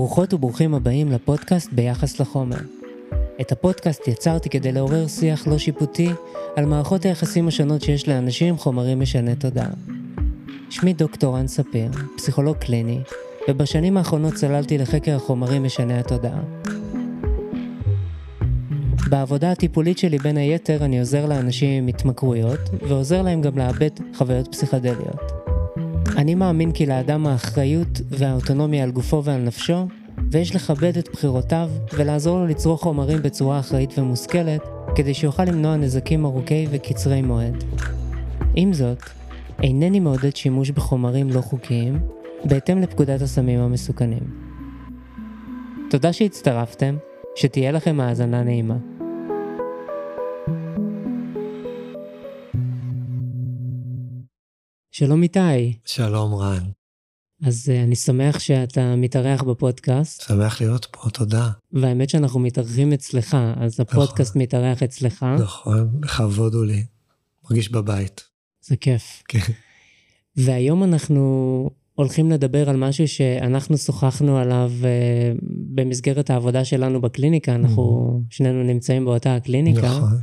ברוכות וברוכים הבאים לפודקאסט ביחס לחומר. את הפודקאסט יצרתי כדי לעורר שיח לא שיפוטי על מערכות היחסים השונות שיש לאנשים עם חומרים משני תודעה. שמי דוקטור רן ספיר, פסיכולוג קליני, ובשנים האחרונות צללתי לחקר החומרים משני התודעה. בעבודה הטיפולית שלי בין היתר אני עוזר לאנשים עם התמכרויות, ועוזר להם גם לאבד חוויות פסיכדליות. אני מאמין כי לאדם האחריות והאוטונומיה על גופו ועל נפשו, ויש לכבד את בחירותיו ולעזור לו לצרוך חומרים בצורה אחראית ומושכלת, כדי שיוכל למנוע נזקים ארוכי וקצרי מועד. עם זאת, אינני מעודד שימוש בחומרים לא חוקיים, בהתאם לפקודת הסמים המסוכנים. תודה שהצטרפתם, שתהיה לכם האזנה נעימה. שלום איתי. שלום רן. אז אני שמח שאתה מתארח בפודקאסט. שמח להיות פה, תודה. והאמת שאנחנו מתארחים אצלך, אז הפודקאסט מתארח אצלך. נכון, לכבוד הוא לי. מרגיש בבית. זה כיף. כן. והיום אנחנו הולכים לדבר על משהו שאנחנו שוחחנו עליו במסגרת העבודה שלנו בקליניקה. אנחנו שנינו נמצאים באותה הקליניקה. נכון.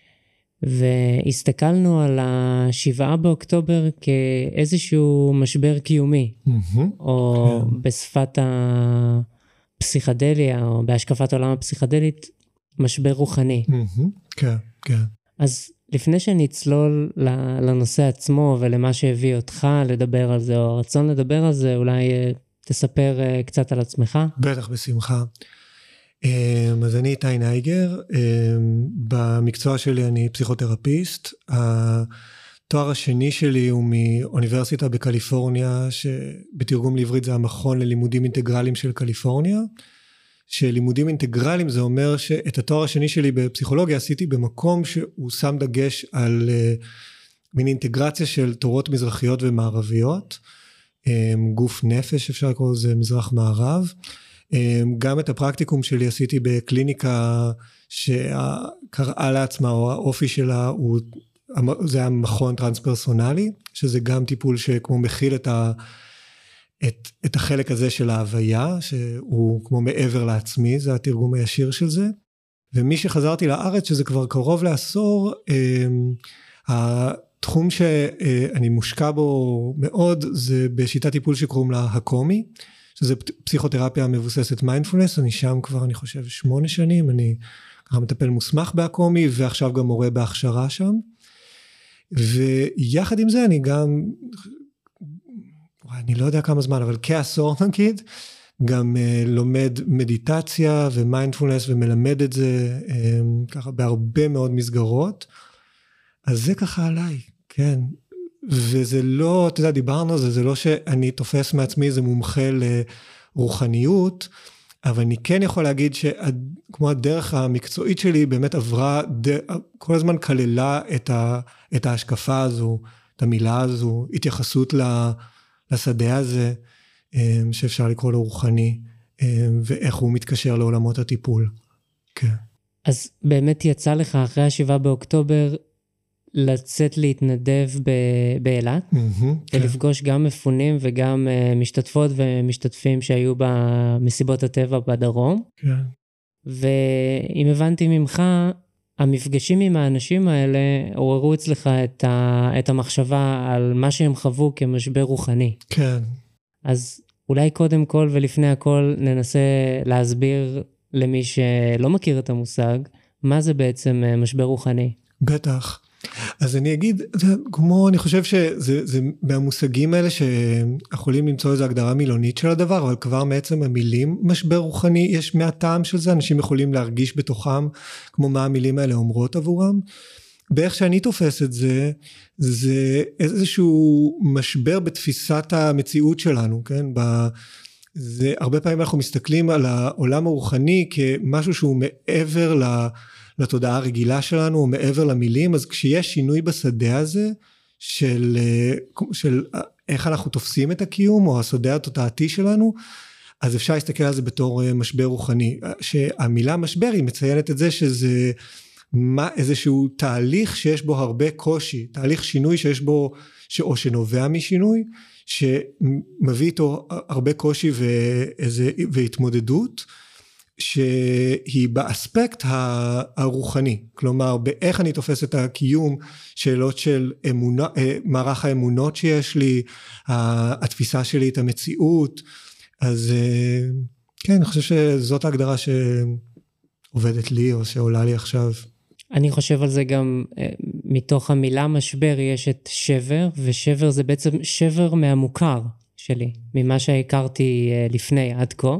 והסתכלנו על ה7 באוקטובר כאיזשהו משבר קיומי, או בשפת הפסיכדליה, או בהשקפת העולם הפסיכדלית, משבר רוחני. כן, כן. אז לפני שנצלול לנושא עצמו, ולמה שהביא אותך לדבר על זה, או הרצון לדבר על זה, אולי תספר קצת על עצמך? בטח, בשמחה. אז אני איתי נייגר, במקצוע שלי אני פסיכותרפיסט, התואר השני שלי הוא מאוניברסיטה בקליפורניה, שבתרגום לעברית זה המכון ללימודים אינטגרליים של קליפורניה, שלימודים אינטגרליים זה אומר שאת התואר השני שלי בפסיכולוגיה עשיתי במקום שהוא שם דגש על מין אינטגרציה של תורות מזרחיות ומערביות, גוף נפש אפשר לקרוא לזה מזרח מערב, גם את הפרקטיקום שלי עשיתי בקליניקה שקראה לעצמה, או האופי שלה, זה היה מכון טרנס-פרסונלי, שזה גם טיפול שכמו מכיל את החלק הזה של ההוויה, שהוא כמו מעבר לעצמי, זה התרגום הישיר של זה. ומי שחזרתי לארץ, שזה כבר קרוב לעשור, התחום שאני מושקע בו מאוד, זה בשיטת טיפול שקוראים לה הקומי, שזה פסיכותרפיה מבוססת מיינדפולנס, אני שם כבר, אני חושב, 8 שנים, אני ככה מטפל מוסמך בהקומי, ועכשיו גם מורה בהכשרה שם, ויחד עם זה אני גם, אני לא יודע כמה זמן, אבל כעשור נגיד, גם לומד מדיטציה ומיינדפולנס, ומלמד את זה ככה בהרבה מאוד מסגרות, אז זה ככה עליי, כן, וזה לא, אתה יודע, דיברנו על זה, זה לא שאני תופס מעצמי איזה מומחה לרוחניות, אבל אני כן יכול להגיד שכמו הדרך המקצועית שלי באמת עברה, כל הזמן כללה את ההשקפה הזו, את המילה הזו, התייחסות לשדה הזה, שאפשר לקרוא לו רוחני, ואיך הוא מתקשר לעולמות הטיפול. כן. אז באמת יצא לך אחרי 7 באוקטובר, לצאת להתנדב באילת, ולפגוש גם מפונים וגם משתתפות ומשתתפים שהיו במסיבות הטבע בדרום. כן. ואם הבנתי ממך, המפגשים עם האנשים האלה עוררו אצלך את המחשבה על מה שהם חוו כמשבר רוחני. כן. אז אולי קודם כל ולפני הכל ננסה להסביר למי שלא מכיר את המושג, מה זה בעצם משבר רוחני? בטח. אז אני אגיד, כמו אני חושב שזה מהמושגים האלה שיכולים למצוא איזו הגדרה מילונית של הדבר, אבל כבר מעצם המילים משבר רוחני, יש מהטעם של זה, אנשים יכולים להרגיש בתוכם כמו מה המילים האלה אומרות עבורם. באיך שאני תופס את זה, זה איזשהו משבר בתפיסת המציאות שלנו, כן? זה הרבה פעמים אנחנו מסתכלים על העולם הרוחני כמשהו שהוא מעבר לתודעה הרגילה שלנו, או מעבר למילים, אז כשיש שינוי בשדה הזה, של איך אנחנו תופסים את הקיום, או השדה התודעתי שלנו, אז אפשר להסתכל על זה בתור משבר רוחני, שהמילה משבר היא מציינת את זה שזה איזשהו תהליך שיש בו הרבה קושי, תהליך שינוי שיש בו, או שנובע משינוי, שמביא איתו הרבה קושי והתמודדות, שהיא באספקט הרוחני, כלומר באיך אני תופס את הקיום, שאלות של אמונה, מערך האמונות שיש לי, התפיסה שלי את המציאות, אז כן, אני חושב שזאת ההגדרה שעובדת לי או שעולה לי עכשיו. אני חושב על זה גם מתוך המילה משבר יש את שבר, ושבר זה בעצם שבר מהמוכר שלי, ממה שהכרתי לפני עד כה.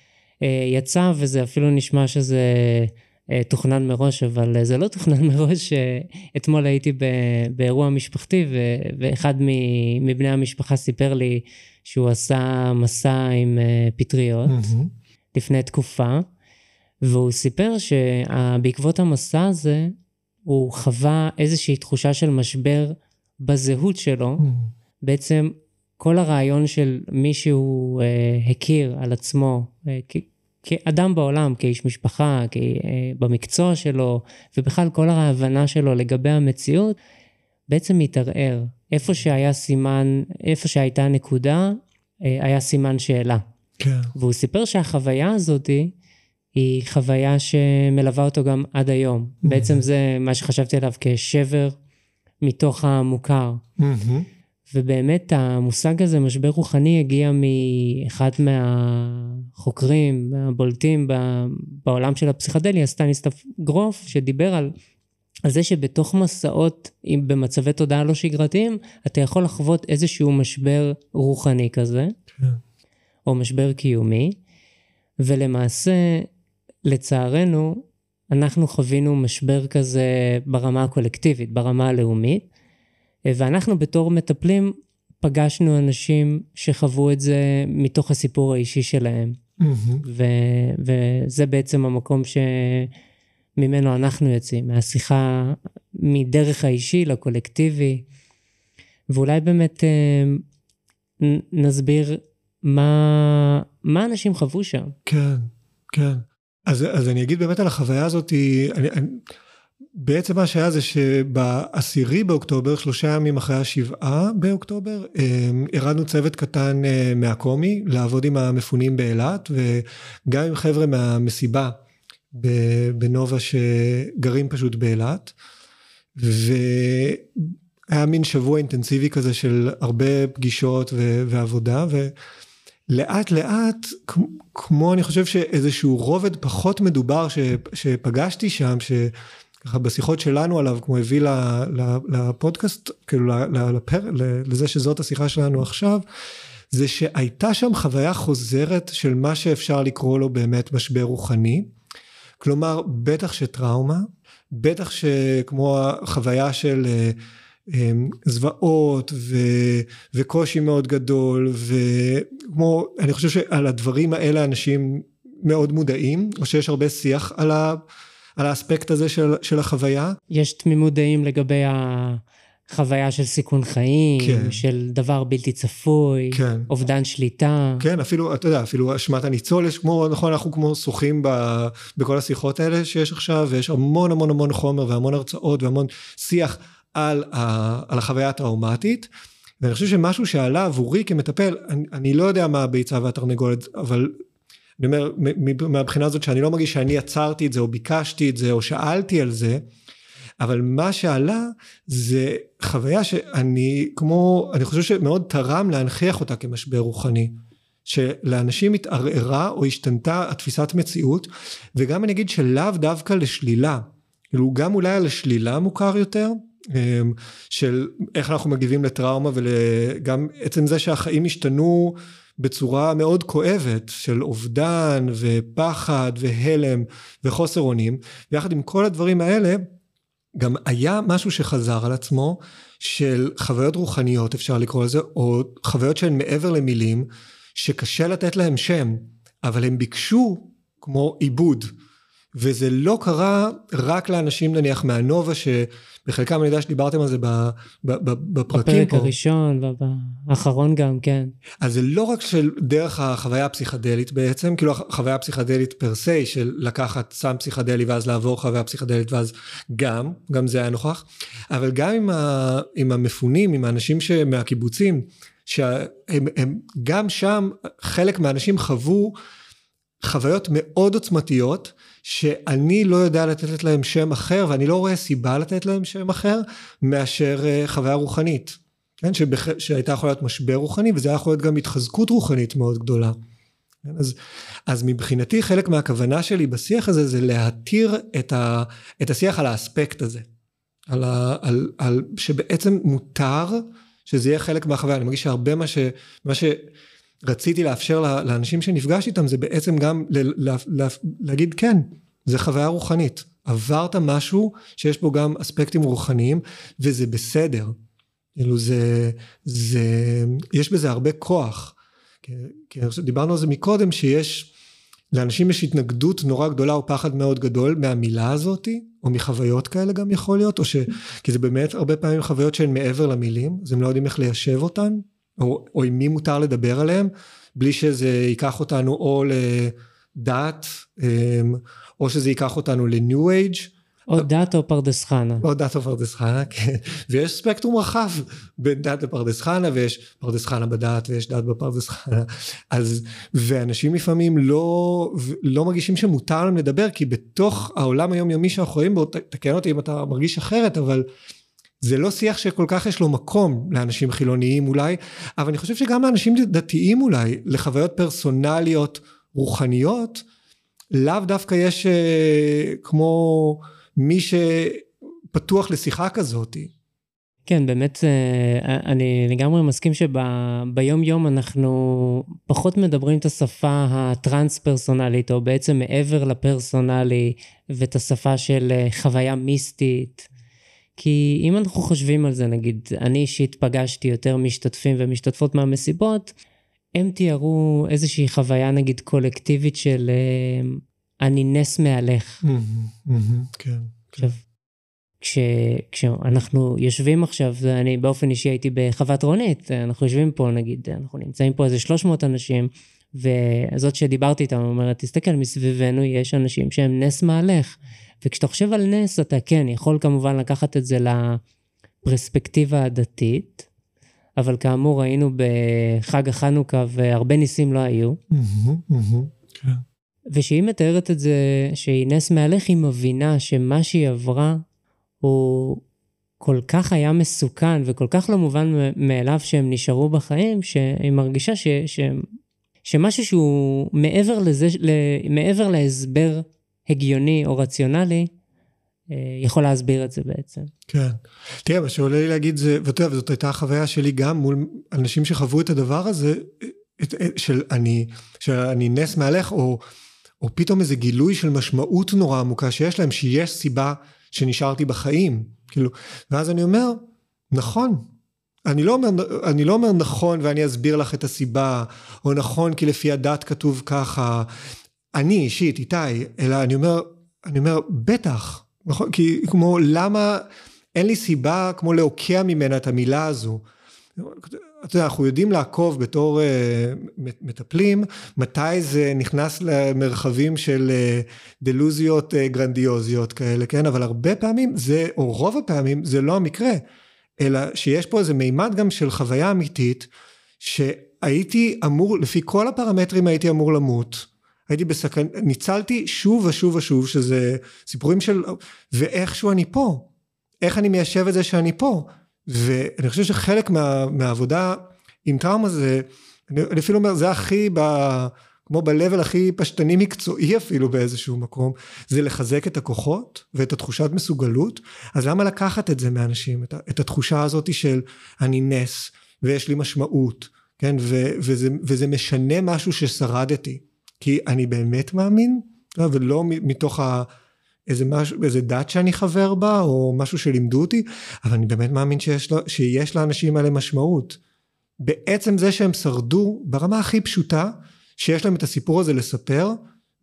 יצא וזה אפילו נשמע שזה תוכנן מראש, אבל זה לא תוכנן מראש. אתמול הייתי באירוע משפחתי, ואחד מבני המשפחה סיפר לי שהוא עשה מסע עם פטריות לפני תקופה, והוא סיפר שבעקבות המסע הזה, הוא חווה איזושהי תחושה של משבר בזהות שלו, בעצם כל הרעיון של מי שהוא הכיר על עצמו, כאדם בעולם, כאיש משפחה, במקצוע שלו, ובכלל כל ההבנה שלו לגבי המציאות, בעצם מתערער. איפה שהיה סימן, איפה שהייתה נקודה, היה סימן שאלה. כן. והוא סיפר שהחוויה הזאת היא חוויה שמלווה אותו גם עד היום. בעצם זה מה שחשבתי עליו כשבר מתוך המוכר. ובאמת המושג הזה, משבר רוחני, הגיע מאחד מהחוקרים הבולטים בעולם של הפסיכדליה, סטניסלב גרוף, שדיבר על זה שבתוך מסעות במצבי תודעה לא שגרתיים, אתה יכול לחוות איזשהו משבר רוחני כזה, או משבר קיומי, ולמעשה, לצערנו, אנחנו חווינו משבר כזה ברמה הקולקטיבית, ברמה הלאומית, ואנחנו בתור מטפלים פגשנו אנשים שחוו את זה מתוך הסיפור האישי שלהם. וזה בעצם המקום שממנו אנחנו יוצאים, מהשיחה מדרך האישי לקולקטיבי, ואולי באמת נסביר מה אנשים חוו שם. כן, כן. אז אני אגיד באמת על החוויה הזאת, בעצם מה שהיה זה שב10 באוקטובר, 3 ימים אחרי 7 באוקטובר, הרדנו צוות קטן מהקומי, לעבוד עם המפונים באילת, וגם עם חבר'ה מהמסיבה בנובה שגרים פשוט באילת, והיה מין שבוע אינטנסיבי כזה של הרבה פגישות ועבודה, ולאט לאט, כמו אני חושב שאיזשהו רובד פחות מדובר שפגשתי שם, ככה בשיחות שלנו עליו, כמו הביא לפודקאסט, כאילו לזה שזאת השיחה שלנו עכשיו, זה שהייתה שם חוויה חוזרת של מה שאפשר לקרוא לו באמת משבר רוחני, כלומר, בטח שטראומה, בטח שכמו החוויה של זוועות וקושי מאוד גדול, וכמו, אני חושב שעל הדברים האלה אנשים מאוד מודעים, או שיש הרבה שיח על האספקט הזה של החוויה. יש תמימות דעים לגבי החוויה של סיכון חיים, כן. של דבר בלתי צפוי, כן. אובדן שליטה. כן, אפילו, אתה יודע, אפילו אשמת הניצול, יש כמו, נכון, אנחנו כמו שוחים בכל השיחות האלה שיש עכשיו, ויש המון המון המון חומר, והמון הרצאות, והמון שיח על החוויה הטראומטית, ואני חושב שמשהו שעלה עבורי כמטפל, אני לא יודע מה הביצה והתרנגולת, אבל אני אומר, מהבחינה הזאת שאני לא מרגיש שאני יצרתי את זה, או ביקשתי את זה, או שאלתי על זה, אבל מה שעלה, זה חוויה שאני חושב שמאוד תרם להנכיח אותה כמשבר רוחני, שלאנשים התערערה, או השתנתה התפיסת מציאות, וגם אני אגיד שלאו דווקא לשלילה, כאילו גם אולי על השלילה מוכר יותר, של איך אנחנו מגיבים לטראומה, וגם עצם זה שהחיים השתנו, בצורה מאוד כואבת של אובדן ופחד והלם וחוסר אונים, ויחד עם כל הדברים האלה, גם היה משהו שחזר על עצמו, של חוויות רוחניות אפשר לקרוא לזה, או חוויות שהן מעבר למילים, שקשה לתת להם שם, אבל הם ביקשו כמו עיבוד, וזה לא קרה רק לאנשים נניח מהנובה, שבחלקם אני יודע שדיברתם על זה בפרקים בפרק הראשון ובאחרון גם, כן. אז זה לא רק של דרך החוויה הפסיכדלית בעצם, כאילו החוויה הפסיכדלית פר סי, של לקחת סם פסיכדלי ואז לעבור חוויה פסיכדלית, ואז גם זה היה נוכח, אבל גם עם המפונים, עם האנשים מהקיבוצים, שהם גם שם, חלק מהאנשים חוו חוויות מאוד עוצמתיות, שאני לא יודע לתת להם שם אחר, ואני לא רואה סיבה לתת להם שם אחר, מאשר חוויה רוחנית, כן? שהייתה יכולה להיות משבר רוחני, וזה היה יכול להיות גם התחזקות רוחנית מאוד גדולה. כן? אז מבחינתי, חלק מהכוונה שלי בשיח הזה, זה להתיר את השיח על האספקט הזה, על שבעצם מותר, שזה יהיה חלק מהחוויה. אני מרגיש שהרבה מה שרציתי לאפשר לאנשים שנפגש איתם, זה בעצם גם להגיד כן, זה חוויה רוחנית. עברת משהו שיש בו גם אספקטים רוחניים, וזה בסדר. כאילו יש בזה הרבה כוח. כי דיברנו על זה מקודם, לאנשים יש התנגדות נורא גדולה או פחד מאוד גדול מהמילה הזאת, או מחוויות כאלה גם יכול להיות, כי זה באמת הרבה פעמים חוויות שהן מעבר למילים, אז הם לא יודעים איך ליישב אותן, או עם מי מותר לדבר עליהם, בלי שזה ייקח אותנו או לדת, או שזה ייקח אותנו לניו אייג', או דת או פרדס חנה. או דת או פרדס חנה, כן. ויש ספקטרום רחב בין דת לפרדס חנה, ויש פרדס חנה בדת, ויש דת בפרדס חנה. ואנשים לפעמים לא מרגישים שמותר להם לדבר, כי בתוך העולם היומיומי שאנחנו רואים בו, תקן אותי אם אתה מרגיש אחרת, אבל זה לא שיח שכל כך יש לו מקום לאנשים חילוניים אולי, אבל אני חושב שגם לאנשים דתיים אולי, לחוויות פרסונליות, רוחניות, לאו דווקא יש כמו מי שפתוח לשיחה כזאת. כן, באמת, אני לגמרי מסכים שביום יום אנחנו פחות מדברים את השפה הטרנס-פרסונלית, או בעצם מעבר לפרסונלי, ואת השפה של חוויה מיסטית. כי אם אנחנו חושבים על זה, נגיד, אני אישית פגשתי יותר משתתפים ומשתתפות מהמסיבות, הם תיארו איזושהי חוויה, נגיד, קולקטיבית של אני נס מהלך. כן. עכשיו, כשאנחנו יושבים עכשיו, אני באופן אישי הייתי בחוות רונית, אנחנו יושבים פה, נגיד, אנחנו נמצאים פה איזה 300 אנשים, וזאת שדיברתי איתם, אומרת, תסתכל, מסביבנו יש אנשים שהם נס מהלך, וכשאתה חושב על נס, אתה כן, יכול כמובן לקחת את זה לפרספקטיבה הדתית, אבל כאמור היינו בחג החנוכה, והרבה ניסים לא היו. כן. ושהיא מתארת את זה, שהיא נס מהלך, היא מבינה שמה שהיא עברה, הוא כל כך היה מסוכן, וכל כך לא מובן מאליו שהם נשארו בחיים, שהיא מרגישה שמשהו שהוא מעבר להסבר הגיוני או רציונלי, יכול להסביר את זה בעצם. כן. תראה, מה שעולה לי להגיד זה, וזאת הייתה החוויה שלי גם מול אנשים שחוו את הדבר הזה, של אני נס מהלך, או פתאום איזה גילוי של משמעות נורא עמוקה שיש להם, שיש סיבה שנשארתי בחיים. כאילו, ואז אני אומר, נכון. אני לא אומר נכון ואני אסביר לך את הסיבה, או נכון כי לפי הדת כתוב ככה, אני אישית, איתי, אלא אני אומר, בטח, נכון? כי כמו למה, אין לי סיבה כמו להוקיע ממנה את המילה הזו. אתה יודע, אנחנו יודעים לעקוב בתור מטפלים, מתי זה נכנס למרחבים של דלוזיות גרנדיוזיות כאלה, כן? אבל הרבה פעמים זה, או רוב הפעמים, זה לא המקרה, אלא שיש פה איזה מימד גם של חוויה אמיתית, שהייתי אמור, לפי כל הפרמטרים הייתי אמור למות, הייתי ניצלתי שוב ושוב ושוב, שזה סיפורים של, ואיכשהו אני פה, איך אני מיישב את זה שאני פה, ואני חושב שחלק מהעבודה עם טראומה זה, אני אפילו אומר, זה הכי, כמו בלבל הכי פשטני מקצועי אפילו באיזשהו מקום, זה לחזק את הכוחות ואת התחושת מסוגלות, אז למה לקחת את זה מאנשים, את התחושה הזאת של אני נס, ויש לי משמעות, כן, וזה משנה משהו ששרדתי, כי אני באמת מאמין, ולא מתוך איזה דת שאני חבר בה, או משהו שלימדו אותי, אבל אני באמת מאמין שיש לאנשים האלה משמעות. בעצם זה שהם שרדו ברמה הכי פשוטה, שיש להם את הסיפור הזה לספר,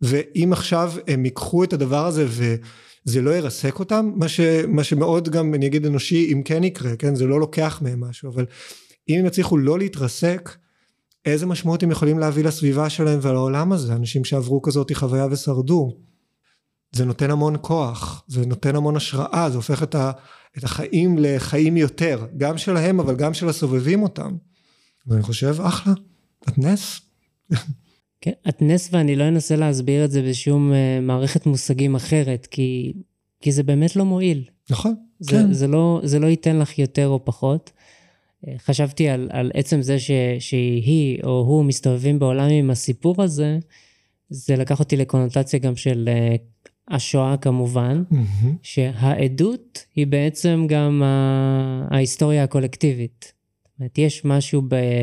ואם עכשיו הם ייקחו את הדבר הזה וזה לא ירסק אותם, מה שמאוד גם אני אגיד אנושי, אם כן יקרה, כן? זה לא לוקח מהם משהו, אבל אם הם יצליחו לא להתרסק, איזה משמעות הם יכולים להביא לסביבה שלהם ולעולם הזה, אנשים שעברו כזאת חוויה ושרדו, זה נותן המון כוח, זה נותן המון השראה, זה הופך את החיים לחיים יותר, גם שלהם אבל גם של הסובבים אותם, ואני חושב אחלה, את נס. כן, את נס ואני לא אנסה להסביר את זה בשום מערכת מושגים אחרת, כי זה באמת לא מועיל. נכון, כן. זה לא ייתן לך יותר או פחות. חשבתי על עצם זה שהיא או הוא מסתובבים בעולם עם הסיפור הזה, זה לקח אותי לקונוטציה גם של השואה כמובן, שהעדות היא בעצם גם ההיסטוריה הקולקטיבית. זאת אומרת, יש משהו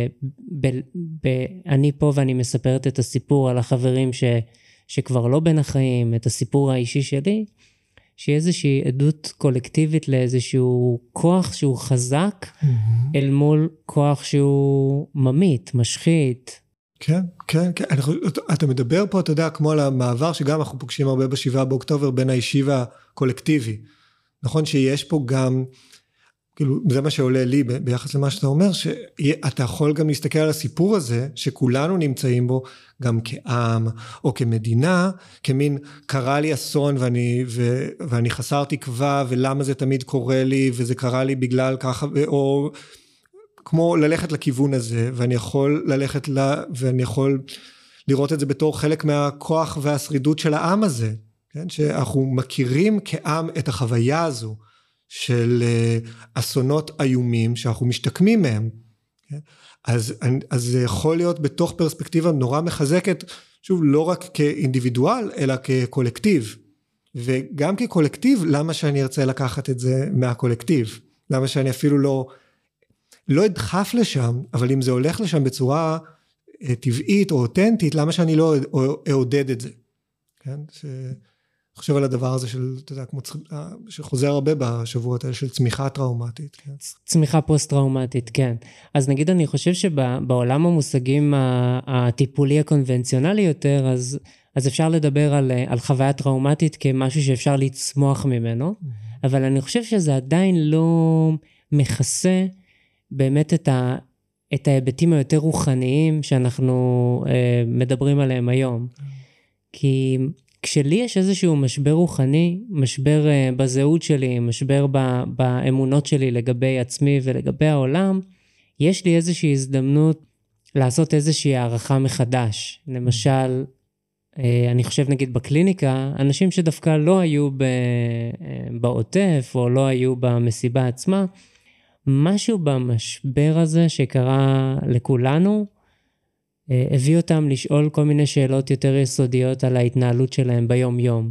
אני פה ואני מספרת את הסיפור על החברים שכבר לא בין החיים, את הסיפור האישי שלי, שהיא איזושהי עדות קולקטיבית לאיזשהו כוח שהוא חזק, אל מול כוח שהוא ממית, משחית. כן, כן, כן. אתה מדבר פה, אתה יודע, כמו על המעבר שגם אנחנו פוגשים הרבה ב7 באוקטובר, בין האישי והקולקטיבי. נכון שיש פה גם, כאילו, זה מה שעולה לי ביחס למה שאתה אומר, שאתה יכול גם להסתכל על הסיפור הזה, שכולנו נמצאים בו, גם כעם, או כמדינה, כמין קרה לי אסון, ואני חסר תקווה, ולמה זה תמיד קורה לי, וזה קרה לי בגלל ככה, או כמו ללכת לכיוון הזה, ואני יכול ללכת ואני יכול לראות את זה בתור חלק מהכוח והשרידות של העם הזה, כן? שאנחנו מכירים כעם את החוויה הזו, של אסונות איומים שאנחנו משתקמים מהם, אז זה יכול להיות בתוך פרספקטיבה נורא מחזקת, שוב לא רק כאינדיבידואל אלא כקולקטיב, וגם כקולקטיב למה שאני ארצה לקחת את זה מהקולקטיב, למה שאני אפילו לא אדחף לשם, אבל אם זה הולך לשם בצורה טבעית או אותנטית, למה שאני לא אעודד את זה, כן? חושב על הדבר הזה של, אתה יודע, כמו שחוזר הרבה בשבועות האלה של צמיחה טראומטית. כן? צמיחה פוסט-טראומטית, כן. אז נגיד אני חושב שבעולם המושגים הטיפולי הקונבנציונלי יותר, אז אפשר לדבר על חוויה טראומטית כמשהו שאפשר לצמוח ממנו, אבל אני חושב שזה עדיין לא מכסה באמת את ההיבטים היותר רוחניים שאנחנו מדברים עליהם היום. כי כשלי יש איזשהו משבר רוחני, משבר בזהות שלי, משבר באמונות שלי לגבי עצמי ולגבי העולם, יש לי איזושהי הזדמנות לעשות איזושהי הערכה מחדש. למשל, אני חושב נגיד בקליניקה, אנשים שדווקא לא היו בעוטף או לא היו במסיבה עצמה, משהו במשבר הזה שקרה לכולנו, הביא אותם לשאול כל מיני שאלות יותר יסודיות על ההתנהלות שלהם ביום יום,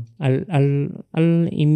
על עם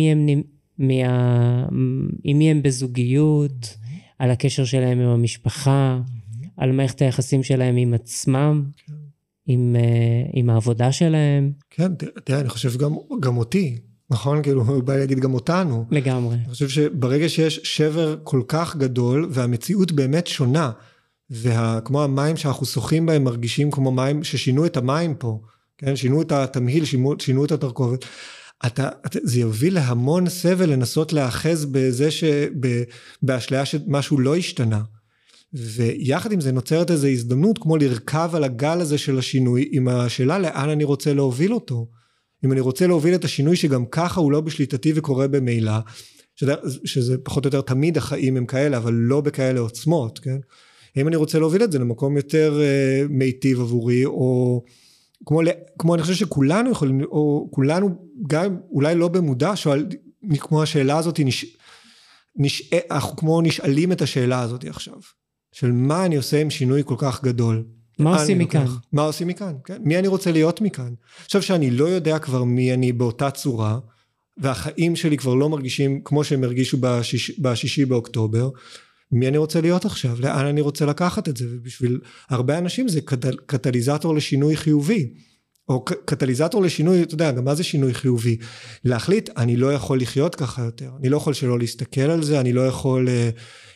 מי הם בזוגיות, על הקשר שלהם עם המשפחה, על מערכת היחסים שלהם עם עצמם, עם העבודה שלהם. כן, תראה, אני חושב גם אותי, נכון? כאילו, הוא בא להגיד גם אותנו. לגמרי. אני חושב שברגע שיש שבר כל כך גדול, והמציאות באמת שונה, וכמו המים שאנחנו שוחים בהם מרגישים כמו מים ששינו את המים פה, כן? שינו את התמהיל, שינו את התרכובת, זה יוביל להמון סבל לנסות לאחז בזה באשליה שמשהו לא השתנה, ויחד עם זה נוצרת איזו הזדמנות כמו לרכב על הגל הזה של השינוי, עם השאלה לאן אני רוצה להוביל אותו, אם אני רוצה להוביל את השינוי שגם ככה הוא לא בשליטתי וקורה במילא, שזה פחות או יותר תמיד החיים הם כאלה, אבל לא בכאלה עוצמות, כן? אם אני רוצה להוביל את זה למקום יותר מיטיב עבורי, או כמו אני חושב שכולנו יכולים, או כולנו גם אולי לא במודע, כמו השאלה הזאת, אנחנו כמו נשאלים את השאלה הזאת עכשיו, של מה אני עושה עם שינוי כל כך גדול. מה עושים מכאן? מה עושים מכאן, כן? מי אני רוצה להיות מכאן? עכשיו שאני לא יודע כבר מי אני באותה צורה, והחיים שלי כבר לא מרגישים כמו שהם הרגישו ב6 באוקטובר, מי אני רוצה להיות עכשיו? לאן אני רוצה לקחת את זה? ובשביל הרבה אנשים זה קטליזטור לשינוי חיובי, או קטליזטור לשינוי, אתה יודע, גם מה זה שינוי חיובי? להחליט, אני לא יכול לחיות ככה יותר, אני לא יכול שלא להסתכל על זה, אני לא יכול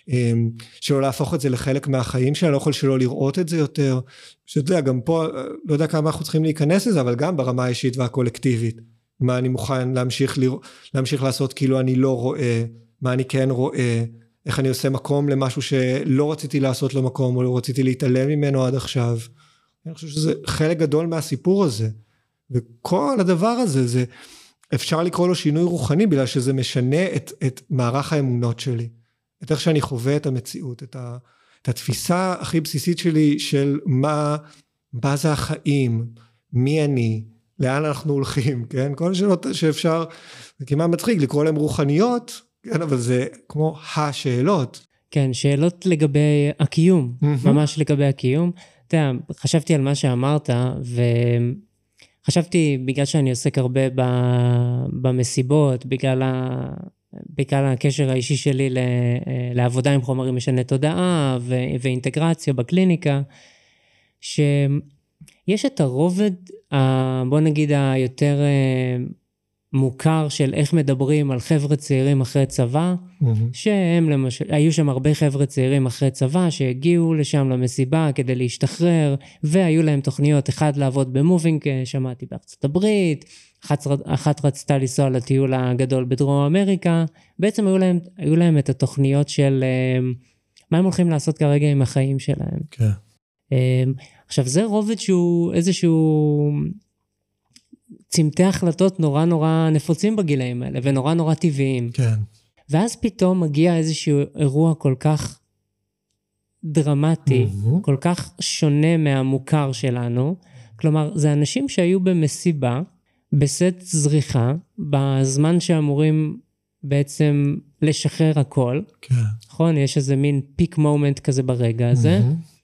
שלא להפוך את זה לחלק מהחיים שלי, אני לא יכול שלא לראות את זה יותר, שאתה יודע, גם פה, לא יודע כמה אנחנו צריכים להיכנס לזה, אבל גם ברמה האישית והקולקטיבית, מה אני מוכן להמשיך לעשות כאילו אני לא רואה, מה אני כן רואה, איך אני עושה מקום למשהו שלא רציתי לעשות לו מקום, או לא רציתי להתעלם ממנו עד עכשיו. אני חושב שזה חלק גדול מהסיפור הזה, וכל הדבר הזה, זה אפשר לקרוא לו שינוי רוחני, בגלל שזה משנה את מערך האמונות שלי, את איך שאני חווה את המציאות, את התפיסה הכי בסיסית שלי, של מה זה החיים, מי אני, לאן אנחנו הולכים, כן? כל השאלות שאפשר, זה כמעט מצחיק לקרוא להם רוחניות, כן, אבל זה כמו השאלות. כן, שאלות לגבי הקיום, ממש לגבי הקיום. אתה יודע, חשבתי על מה שאמרת, וחשבתי, בגלל שאני עוסק הרבה במסיבות, בגלל הקשר האישי שלי לעבודה עם חומרים משני תודעה, ואינטגרציה בקליניקה, שיש את הרובד, בוא נגיד היותר מוכר של איך מדברים על חבר'ה צעירים אחרי צבא, שהם למשל, היו שם הרבה חבר'ה צעירים אחרי צבא, שהגיעו לשם למסיבה כדי להשתחרר, והיו להם תוכניות, אחד לעבוד במובינג, שמעתי בארצות הברית, אחת רצתה לנסוע לטיול הגדול בדרום אמריקה, בעצם היו להם את התוכניות של מה הם הולכים לעשות כרגע עם החיים שלהם. כן. עכשיו זה רובד שהוא איזשהו צמתי החלטות נורא נורא נפוצים בגילאים האלה, ונורא נורא טבעיים. כן. ואז פתאום מגיע איזשהו אירוע כל כך דרמטי, כל כך שונה מהמוכר שלנו, כלומר, זה אנשים שהיו במסיבה, בסט זריחה, בזמן שאמורים בעצם לשחרר הכל. כן. נכון? יש איזה מין פיק מומנט כזה ברגע הזה.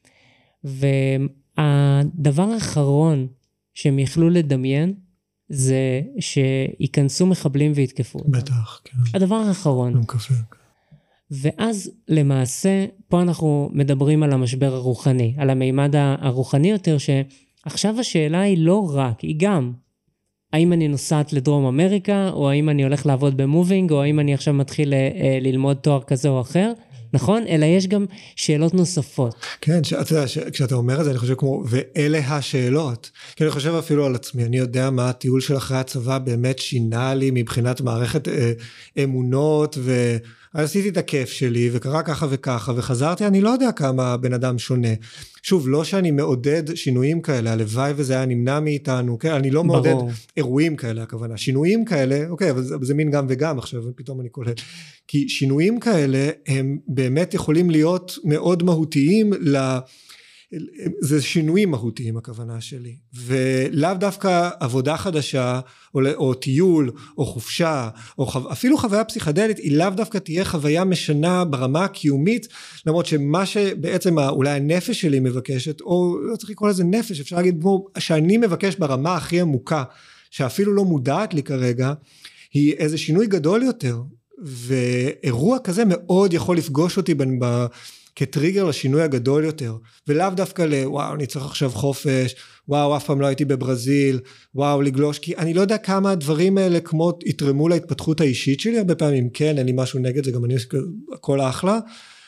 והדבר האחרון שהם יכלו לדמיין, זה שיכנסו מחבלים ויתקפו. בטח, כן. הדבר האחרון. אני מקווה. ואז למעשה, פה אנחנו מדברים על המשבר הרוחני, על המימד הרוחני יותר, שעכשיו השאלה היא לא רק, היא גם, האם אני נוסעת לדרום אמריקה, או האם אני הולך לעבוד במובינג, או האם אני עכשיו מתחיל ללמוד תואר כזה או אחר, נכון? אלא יש גם שאלות נוספות. כן, כשאתה אומר את זה, אני חושב כמו, ואלה השאלות. כי אני חושב אפילו על עצמי, אני יודע מה הטיול של אחרי הצבא באמת שינה לי מבחינת מערכת אמונות, ועשיתי את הכיף שלי, וקרה ככה וככה, וחזרתי, אני לא יודע כמה בן אדם שונה. שוב, לא שאני מעודד שינויים כאלה, הלוואי וזה היה נמנע מאיתנו, כן? אני לא מעודד אירועים כאלה, הכוונה. שינויים כאלה, אוקיי, אבל זה מין גם וגם עכשיו, פתאום אני קולט. כי שינויים כאלה, הם באמת יכולים להיות מאוד מהותיים זה שינויים מהותיים הכוונה שלי, ולאו דווקא עבודה חדשה, או טיול, או חופשה, או אפילו חוויה פסיכדלית, היא לאו דווקא תהיה חוויה משנה ברמה הקיומית, למרות שמה שבעצם אולי הנפש שלי מבקשת, או לא צריך לקרוא לזה נפש, אפשר להגיד שאני מבקש ברמה הכי עמוקה, שאפילו לא מודעת לי כרגע, היא איזה שינוי גדול יותר, ואירוע כזה מאוד יכול לפגוש אותי כטריגר לשינוי הגדול יותר, ולאו דווקא וואו, אני צריך עכשיו חופש, וואו, אף פעם לא הייתי בברזיל, וואו, לגלוש, כי אני לא יודע כמה הדברים האלה כמו יתרמו להתפתחות האישית שלי, הרבה פעמים כן, אין לי משהו נגד זה, גם אני עושה הכל אחלה,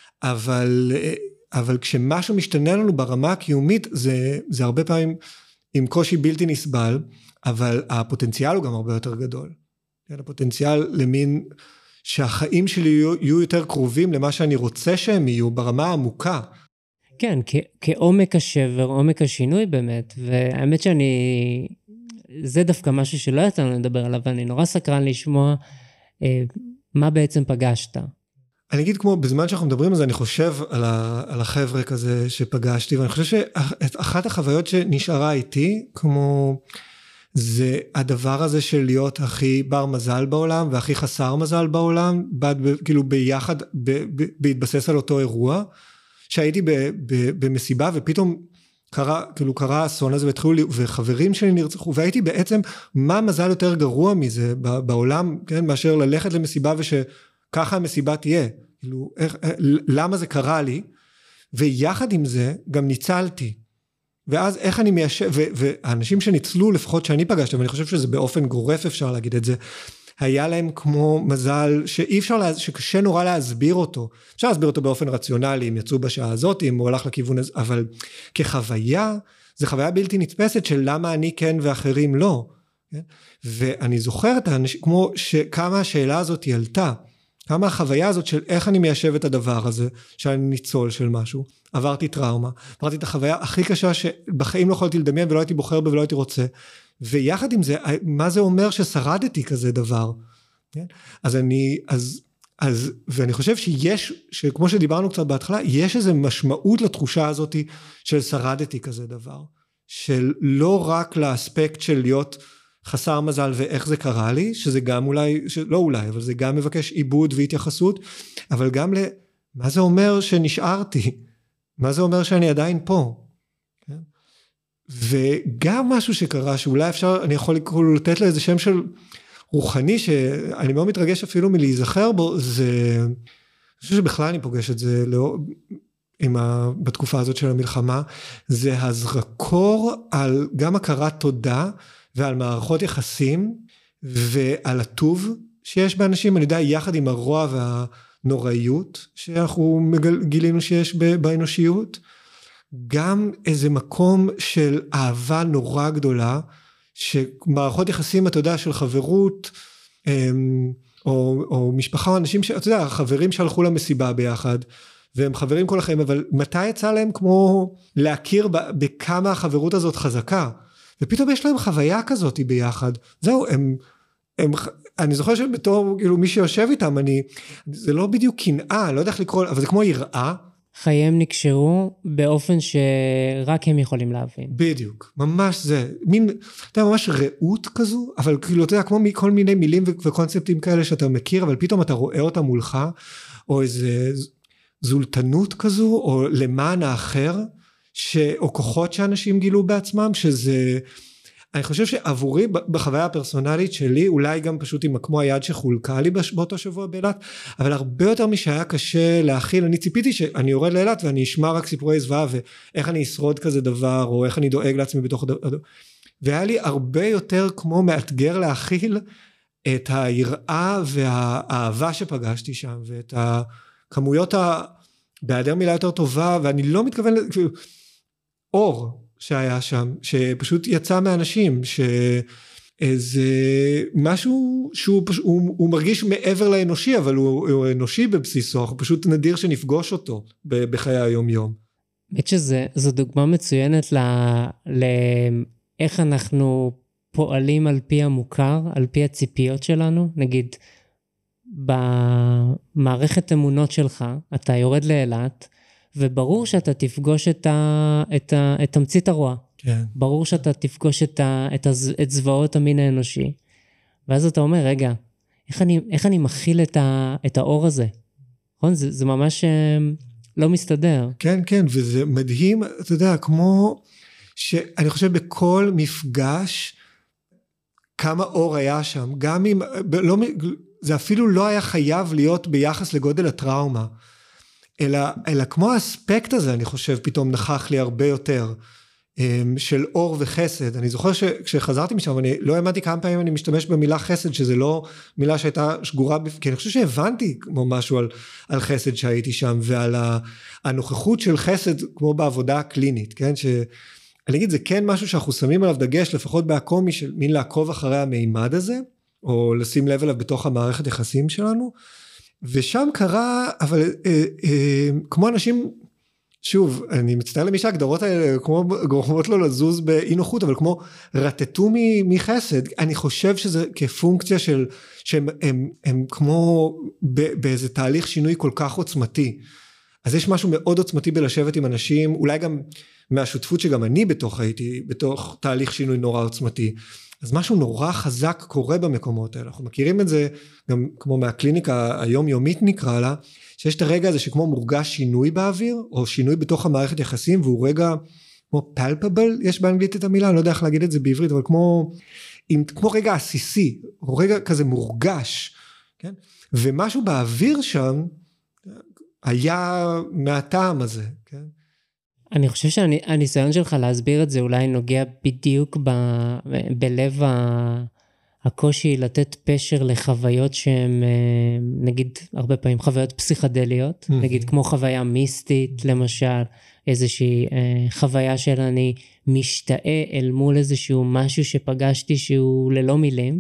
אבל כשמשהו משתנה לנו ברמה הקיומית, זה הרבה פעמים עם קושי בלתי נסבל, אבל הפוטנציאל הוא גם הרבה יותר גדול. הפוטנציאל למין שהחיים שלי יהיו יותר קרובים למה שאני רוצה שהם יהיו ברמה העמוקה. כן, כעומק השבר, עומק השינוי באמת, והאמת זה דווקא משהו שלא יצאנו לדבר עליו, ואני נורא סקרן לשמוע מה בעצם פגשת. אני אגיד כמו, בזמן שאנחנו מדברים על זה, אני חושב על החבר'ה כזה שפגשתי, ואני חושב שאחת החוויות שנשארה איתי, כמו זה הדבר הזה של להיות הכי בר מזל בעולם, והכי חסר מזל בעולם, כאילו ביחד, בהתבסס על אותו אירוע, שהייתי במסיבה, ופתאום קרה האסון הזה, וחברים שלי נרצחו, והייתי בעצם, מה מזל יותר גרוע מזה בעולם, כן, מאשר ללכת למסיבה, ושככה המסיבה תהיה, כאילו, למה זה קרה לי, ויחד עם זה, גם ניצלתי, ואז איך אני מיישב, והאנשים שניצלו, לפחות שאני פגשתי, ואני חושב שזה באופן גורף אפשר להגיד את זה, היה להם כמו מזל שאי אפשר, שקשה נורא להסביר אותו. אפשר להסביר אותו באופן רציונלי, אם יצאו בשעה הזאת, אם הוא הלך לכיוון הזה, אבל כחוויה, זה חוויה בלתי נתפסת של למה אני כן ואחרים לא. כן? ואני זוכר את האנשים, כמו שכמה השאלה הזאת היא עלתה, כמה החוויה הזאת של איך אני מיישב את הדבר הזה, שאני ניצול של משהו, עברתי טראומה, עברתי את החוויה הכי קשה שבחיים לא יכולתי לדמיין ולא הייתי בוחר בה ולא הייתי רוצה, ויחד עם זה, מה זה אומר ששרדתי כזה דבר? כן? ואני חושב שכמו שדיברנו קצת בהתחלה, יש איזו משמעות לתחושה הזאת של שרדתי כזה דבר, של לא רק לאספקט של להיות חסר מזל ואיך זה קרה לי, שזה גם אולי, לא אולי, אבל זה גם מבקש עיבוד והתייחסות, אבל גם מה זה אומר שנשארתי? מה זה אומר שאני עדיין פה? כן? וגם משהו שקרה, שאולי אפשר, אני יכול לתת לו איזה שם של רוחני, שאני מאוד מתרגש אפילו מלהיזכר בו, זה, אני חושב שבכלל אני פוגש את זה בתקופה הזאת של המלחמה, זה הזרקור על גם הכרת תודה, ועל מערכות יחסים, ועל הטוב שיש באנשים, אני יודע, יחד עם הרוע והנוראיות, שאנחנו גילינו שיש באנושיות, גם איזה מקום של אהבה נורא גדולה, שמערכות יחסים, אתה יודע, של חברות, או משפחה, או אנשים אתה יודע, חברים שהלכו למסיבה ביחד, והם חברים כל החיים, אבל מתי יצא להם כמו להכיר בכמה החברות הזאת חזקה, ופתאום יש להם חוויה כזאת ביחד, זהו, אני זוכר שבתור, כאילו, מי שיושב איתם, זה לא בדיוק קנאה, לא יודע איך לקרוא, אבל זה כמו יראה. חייהם נקשרו באופן שרק הם יכולים להבין. בדיוק, ממש זה, אתה יודע, ממש ראות כזו, אבל כאילו, אתה יודע, כמו כל מיני מילים וקונספטים כאלה שאתה מכיר, אבל פתאום אתה רואה אותם מולך, או איזה זולטנות כזו, או למען האחר, או כוחות שאנשים גילו בעצמם, שזה, אני חושב שעבורי, בחוויה הפרסונלית שלי, אולי גם פשוט עם כמו היד שחולקה לי באותו שבוע באילת, אבל הרבה יותר משהיה קשה להכיל, אני ציפיתי שאני יורד לאילת, ואני אשמע רק סיפורי זוועה, ואיך אני אשרוד כזה דבר, או איך אני דואג לעצמי בתוך הדבר, והיה לי הרבה יותר כמו מאתגר להכיל, את היראה והאהבה שפגשתי שם, ואת הכמויות בהיעדר מילה יותר טובה, ואני לא מתכוון, אור שהיה שם, שפשוט יצא מאנשים, שאיזה משהו שהוא מרגיש מעבר לאנושי, אבל הוא אנושי בבסיסו, אנחנו פשוט נדיר שנפגוש אותו בחיי היום יום. באמת שזו דוגמה מצוינת לאיך אנחנו פועלים על פי המוכר, על פי הציפיות שלנו, נגיד במערכת אמונות שלך, אתה יורד לאילת, וברור שאתה תפגוש את תמצית הרוע. כן. ברור שאתה תפגוש את זוועות המין האנושי. ואז אתה אומר, רגע, איך אני מכיל את האור הזה? נכון? זה ממש לא מסתדר. כן, כן, וזה מדהים, אתה יודע, כמו שאני חושב בכל מפגש, כמה אור היה שם, גם אם, זה אפילו לא היה חייב להיות ביחס לגודל הטראומה, אלא כמו האספקט הזה, אני חושב, פתאום נכח לי הרבה יותר, של אור וחסד. אני זוכר שכשחזרתי משם, אני לא האמנתי כמה פעמים אני משתמש במילה חסד, שזה לא מילה שהייתה שגורה, כי אני חושב שהבנתי כמו משהו על חסד שהייתי שם, ועל הנוכחות של חסד, כמו בעבודה הקלינית, כן? אני אגיד, זה כן משהו שאנחנו שמים עליו דגש, לפחות בהקומי, של מין לעקוב אחרי המימד הזה, או לשים לב אליו בתוך המערכת יחסים שלנו, ושם קרה, אבל כמו אנשים, שוב, אני מצטער למי שההגדרות האלה, כמו גורמות לו לזוז באי נוחות, אבל כמו רטטו מחסד, אני חושב שזה כפונקציה שהם כמו באיזה תהליך שינוי כל כך עוצמתי, אז יש משהו מאוד עוצמתי בלשבת עם אנשים, אולי גם מהשותפות שגם אני הייתי בתוך תהליך שינוי נורא עוצמתי, אז משהו נורא חזק קורה במקומות האלה, אנחנו מכירים את זה גם כמו מהקליניקה היומיומית נקרא לה, שיש את הרגע הזה שכמו מורגש שינוי באוויר, או שינוי בתוך המערכת יחסים, והוא רגע כמו palpable, יש באנגלית את המילה, אני לא יודע איך להגיד את זה בעברית, אבל כמו רגע עסיסי, או רגע כזה מורגש, כן? ומשהו באוויר שם, היה מהטעם הזה, כן? אני חושב שהניסיון שלך להסביר את זה אולי נוגע בדיוק בלב הקושי לתת פשר לחוויות שהן, נגיד, הרבה פעמים חוויות פסיכדליות, נגיד כמו חוויה מיסטית, למשל, איזושהי חוויה של אני משתאה אל מול איזשהו משהו שפגשתי שהוא ללא מילים,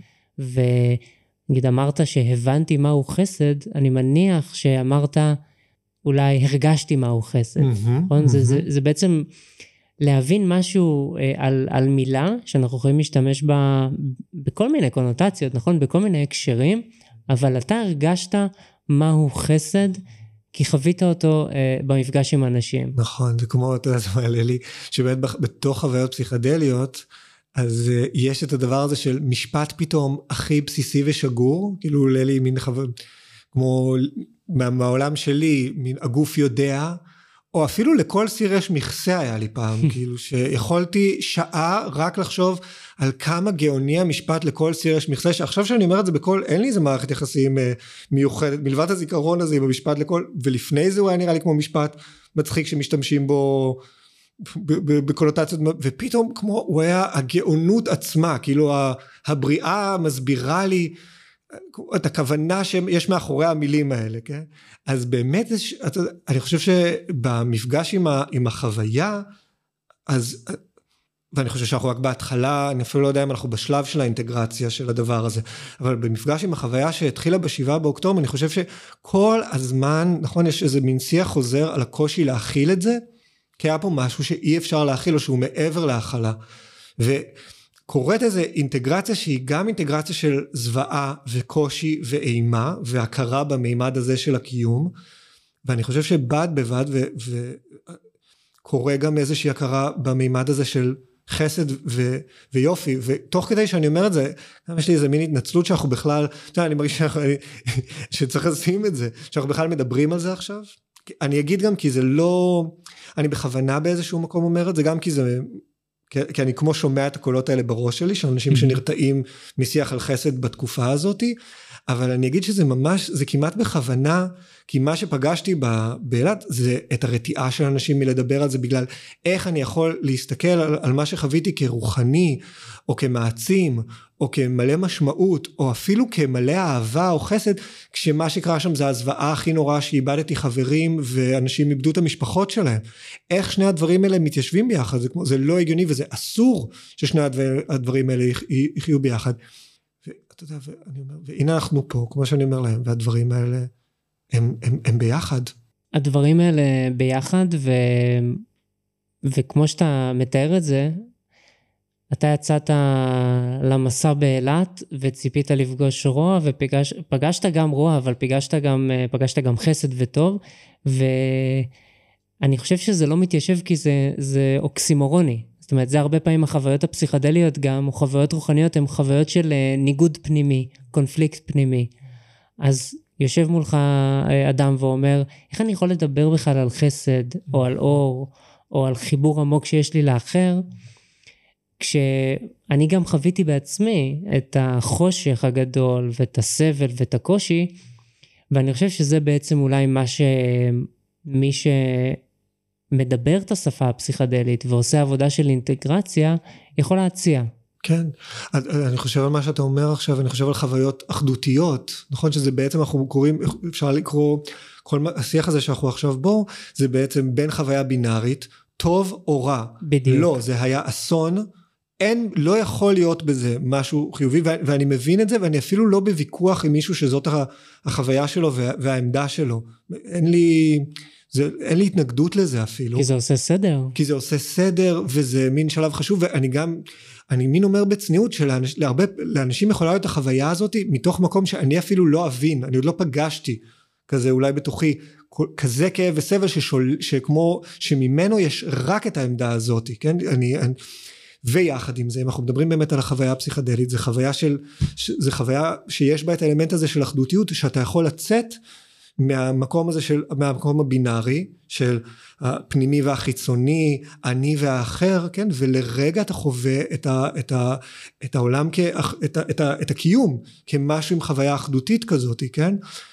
ונגיד אמרת שהבנתי מהו חסד, אני מניח שאמרת אולי הרגשתי מהו חסד, נכון? זה בעצם להבין משהו על מילה, שאנחנו יכולים להשתמש בה בכל מיני קונוטציות, נכון? בכל מיני הקשרים, אבל אתה הרגשת מהו חסד, כי חווית אותו במפגש עם אנשים. נכון, זה כמו, אתה יודע, זה מעלה לי, שבאמת בתוך חוויות פסיכדליות, אז יש את הדבר הזה של משפט פתאום הכי בסיסי ושגור, כאילו עולה לי מין חוויות, כמו מהעולם שלי, מין הגוף יודע, או אפילו לכל סיר יש מכסה היה לי פעם, כאילו שיכולתי שעה רק לחשוב על כמה גאוני המשפט לכל סיר יש מכסה, שעכשיו שאני אומר את זה בכל, אין לי איזה מערכת יחסים מיוחדת, מלבד הזיכרון הזה במשפט לכל, ולפני זה הוא היה נראה לי כמו משפט מצחיק שמשתמשים בו בקונוטציות, ופתאום כמו הוא היה הגאונות עצמה, כאילו הבריאה מסבירה לי, את הכוונה שיש מאחורי המילים האלה, כן? אז באמת, אני חושב שבמפגש עם החוויה, אז, ואני חושב שאנחנו רק בהתחלה, אני אפילו לא יודע אם אנחנו בשלב של האינטגרציה של הדבר הזה, אבל במפגש עם החוויה שהתחילה ב7 באוקטובר, אני חושב שכל הזמן, נכון, יש איזה מין שיח חוזר על הקושי להכיל את זה, כי היה פה משהו שאי אפשר להכיל, או שהוא מעבר להכלה, קוראת איזו אינטגרציה שהיא גם אינטגרציה של זוועה וקושי ואימה והכרה במימד הזה של הקיום, ואני חושב שבד בבד וקורא גם איזושהי הכרה במימד הזה של חסד ויופי, ותוך כדי שאני אומר את זה, גם יש לי איזה מין התנצלות שאנחנו בכלל, אני מרגיש שצריך לשים את זה, שאנחנו בכלל מדברים על זה עכשיו, אני אגיד גם כי זה לא, אני בכוונה באיזשהו מקום אומר את זה, גם כי זה, כי אני כמו שומע את הקולות האלה בראש שלי, של אנשים שנרתעים משיח על חסד בתקופה הזאת, אבל אני אגיד שזה ממש, זה כמעט בכוונה, כי מה שפגשתי באילת, זה את הרתיעה של אנשים מלדבר על זה, בגלל איך אני יכול להסתכל על מה שחוויתי כרוחני, או כמעצים, או כמלא משמעות, או אפילו כמלא אהבה או חסד, כשמה שקרה שם זה הזוועה הכי נורא, שאיבדתי חברים, ואנשים איבדו את המשפחות שלהם. איך שני הדברים האלה מתיישבים ביחד, זה לא הגיוני, וזה אסור ששני הדברים האלה יחיו ביחד. ואתה יודע, ואני אומר, והנה אנחנו פה, כמו שאני אומר להם, והדברים האלה, הם ביחד. הדברים האלה ביחד, וכמו שאתה מתאר את זה, אתה יצאת למסע באילת, וציפית לפגוש רוע, ופגשת גם רוע, אבל פגשת גם חסד וטוב, ואני חושב שזה לא מתיישב, כי זה אוקסימורוני. זאת אומרת, זה הרבה פעמים החוויות הפסיכדליות גם, או חוויות רוחניות, הן חוויות של ניגוד פנימי, קונפליקט פנימי. אז יושב מולך אדם ואומר, איך אני יכול לדבר בכלל על חסד, או על אור, או על חיבור עמוק שיש לי לאחר, כשאני גם חוויתי בעצמי את החושך הגדול, ואת הסבל ואת הקושי, ואני חושב שזה בעצם אולי מי שמדבר את השפה הפסיכדלית, ועושה עבודה של אינטגרציה, יכול להציע. כן, אני חושב על מה שאתה אומר עכשיו, אני חושב על חוויות אחדותיות, נכון שזה בעצם אנחנו קוראים, אפשר לקרוא, כל השיח הזה שאנחנו עכשיו בו, זה בעצם בין חוויה בינארית, טוב או רע. בדיוק. לא, זה היה אסון, לא יכול להיות בזה משהו חיובי, ואני מבין את זה, ואני אפילו לא בוויכוח עם מישהו שזאת החוויה שלו והעמדה שלו. אין לי התנגדות לזה אפילו. כי זה עושה סדר. כי זה עושה סדר, וזה מין שלב חשוב, אני מין אומר בצניעות, לאנשים יכולה להיות החוויה הזאת, מתוך מקום שאני אפילו לא אבין, אני עוד לא פגשתי, כזה אולי בתוכי, כזה כאב וסבל שכמו שממנו יש רק את העמדה הזאת, כן? ויחד עם זה, אם אנחנו מדברים באמת על החוויה הפסיכדלית, זה חוויה שיש בה את האלמנט הזה של אחדותיות, שאתה יכול לצאת מהמקום הזה מהמקום הבינארי, של הפנימי והחיצוני, אני והאחר, כן? ולרגע אתה חווה את העולם, את הקיום, כמשהו עם חוויה אחדותית כזאת, כן?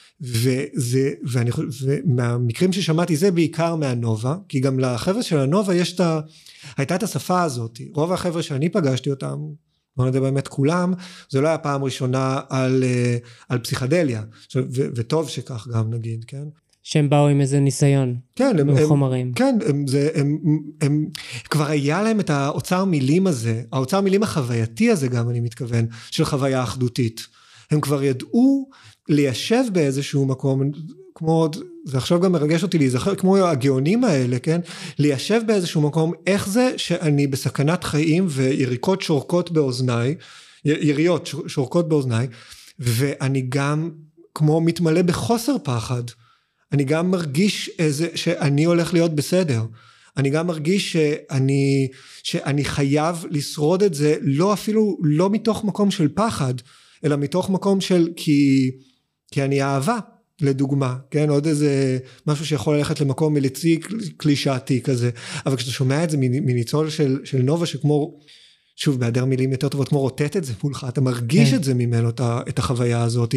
ומהמקרים ששמעתי זה בעיקר מהנובה, כי גם לחבר'ה של הנובה הייתה את השפה הזאת, רוב החבר'ה שאני פגשתי אותם, בוא נדע באמת כולם, זה לא היה פעם ראשונה על פסיכדליה, וטוב שכך גם נגיד, כן? שהם באו עם איזה ניסיון, כן, חומרים. כן, הם כבר היה להם את האוצר מילים הזה, האוצר מילים החווייתי הזה גם אני מתכוון, של חוויה אחדותית. הם כבר ידעו ליישב באיזשהו מקום, כמו, זה עכשיו גם מרגש אותי להיזכר, כמו הגאונים האלה, כן? ליישב באיזשהו מקום, איך זה שאני בסכנת חיים ויריקות שורקות באוזניי, יריות שורקות באוזניי, ואני גם כמו מתמלא בחוסר פחד, אני גם מרגיש שאני הולך להיות בסדר, אני גם מרגיש שאני חייב לשרוד את זה, לא אפילו, לא מתוך מקום של פחד, אלא מתוך מקום של, כי אני אהבה, לדוגמה, כן, עוד איזה משהו שיכול ללכת למקום מליצי קלישאתי כזה, אבל כשאתה שומע את זה מניצול של נובה, שכמו, שוב, בהיעדר מילים יותר טובות, כמו רוטט את זה מולך, אתה מרגיש את זה ממנו, את החוויה הזאת,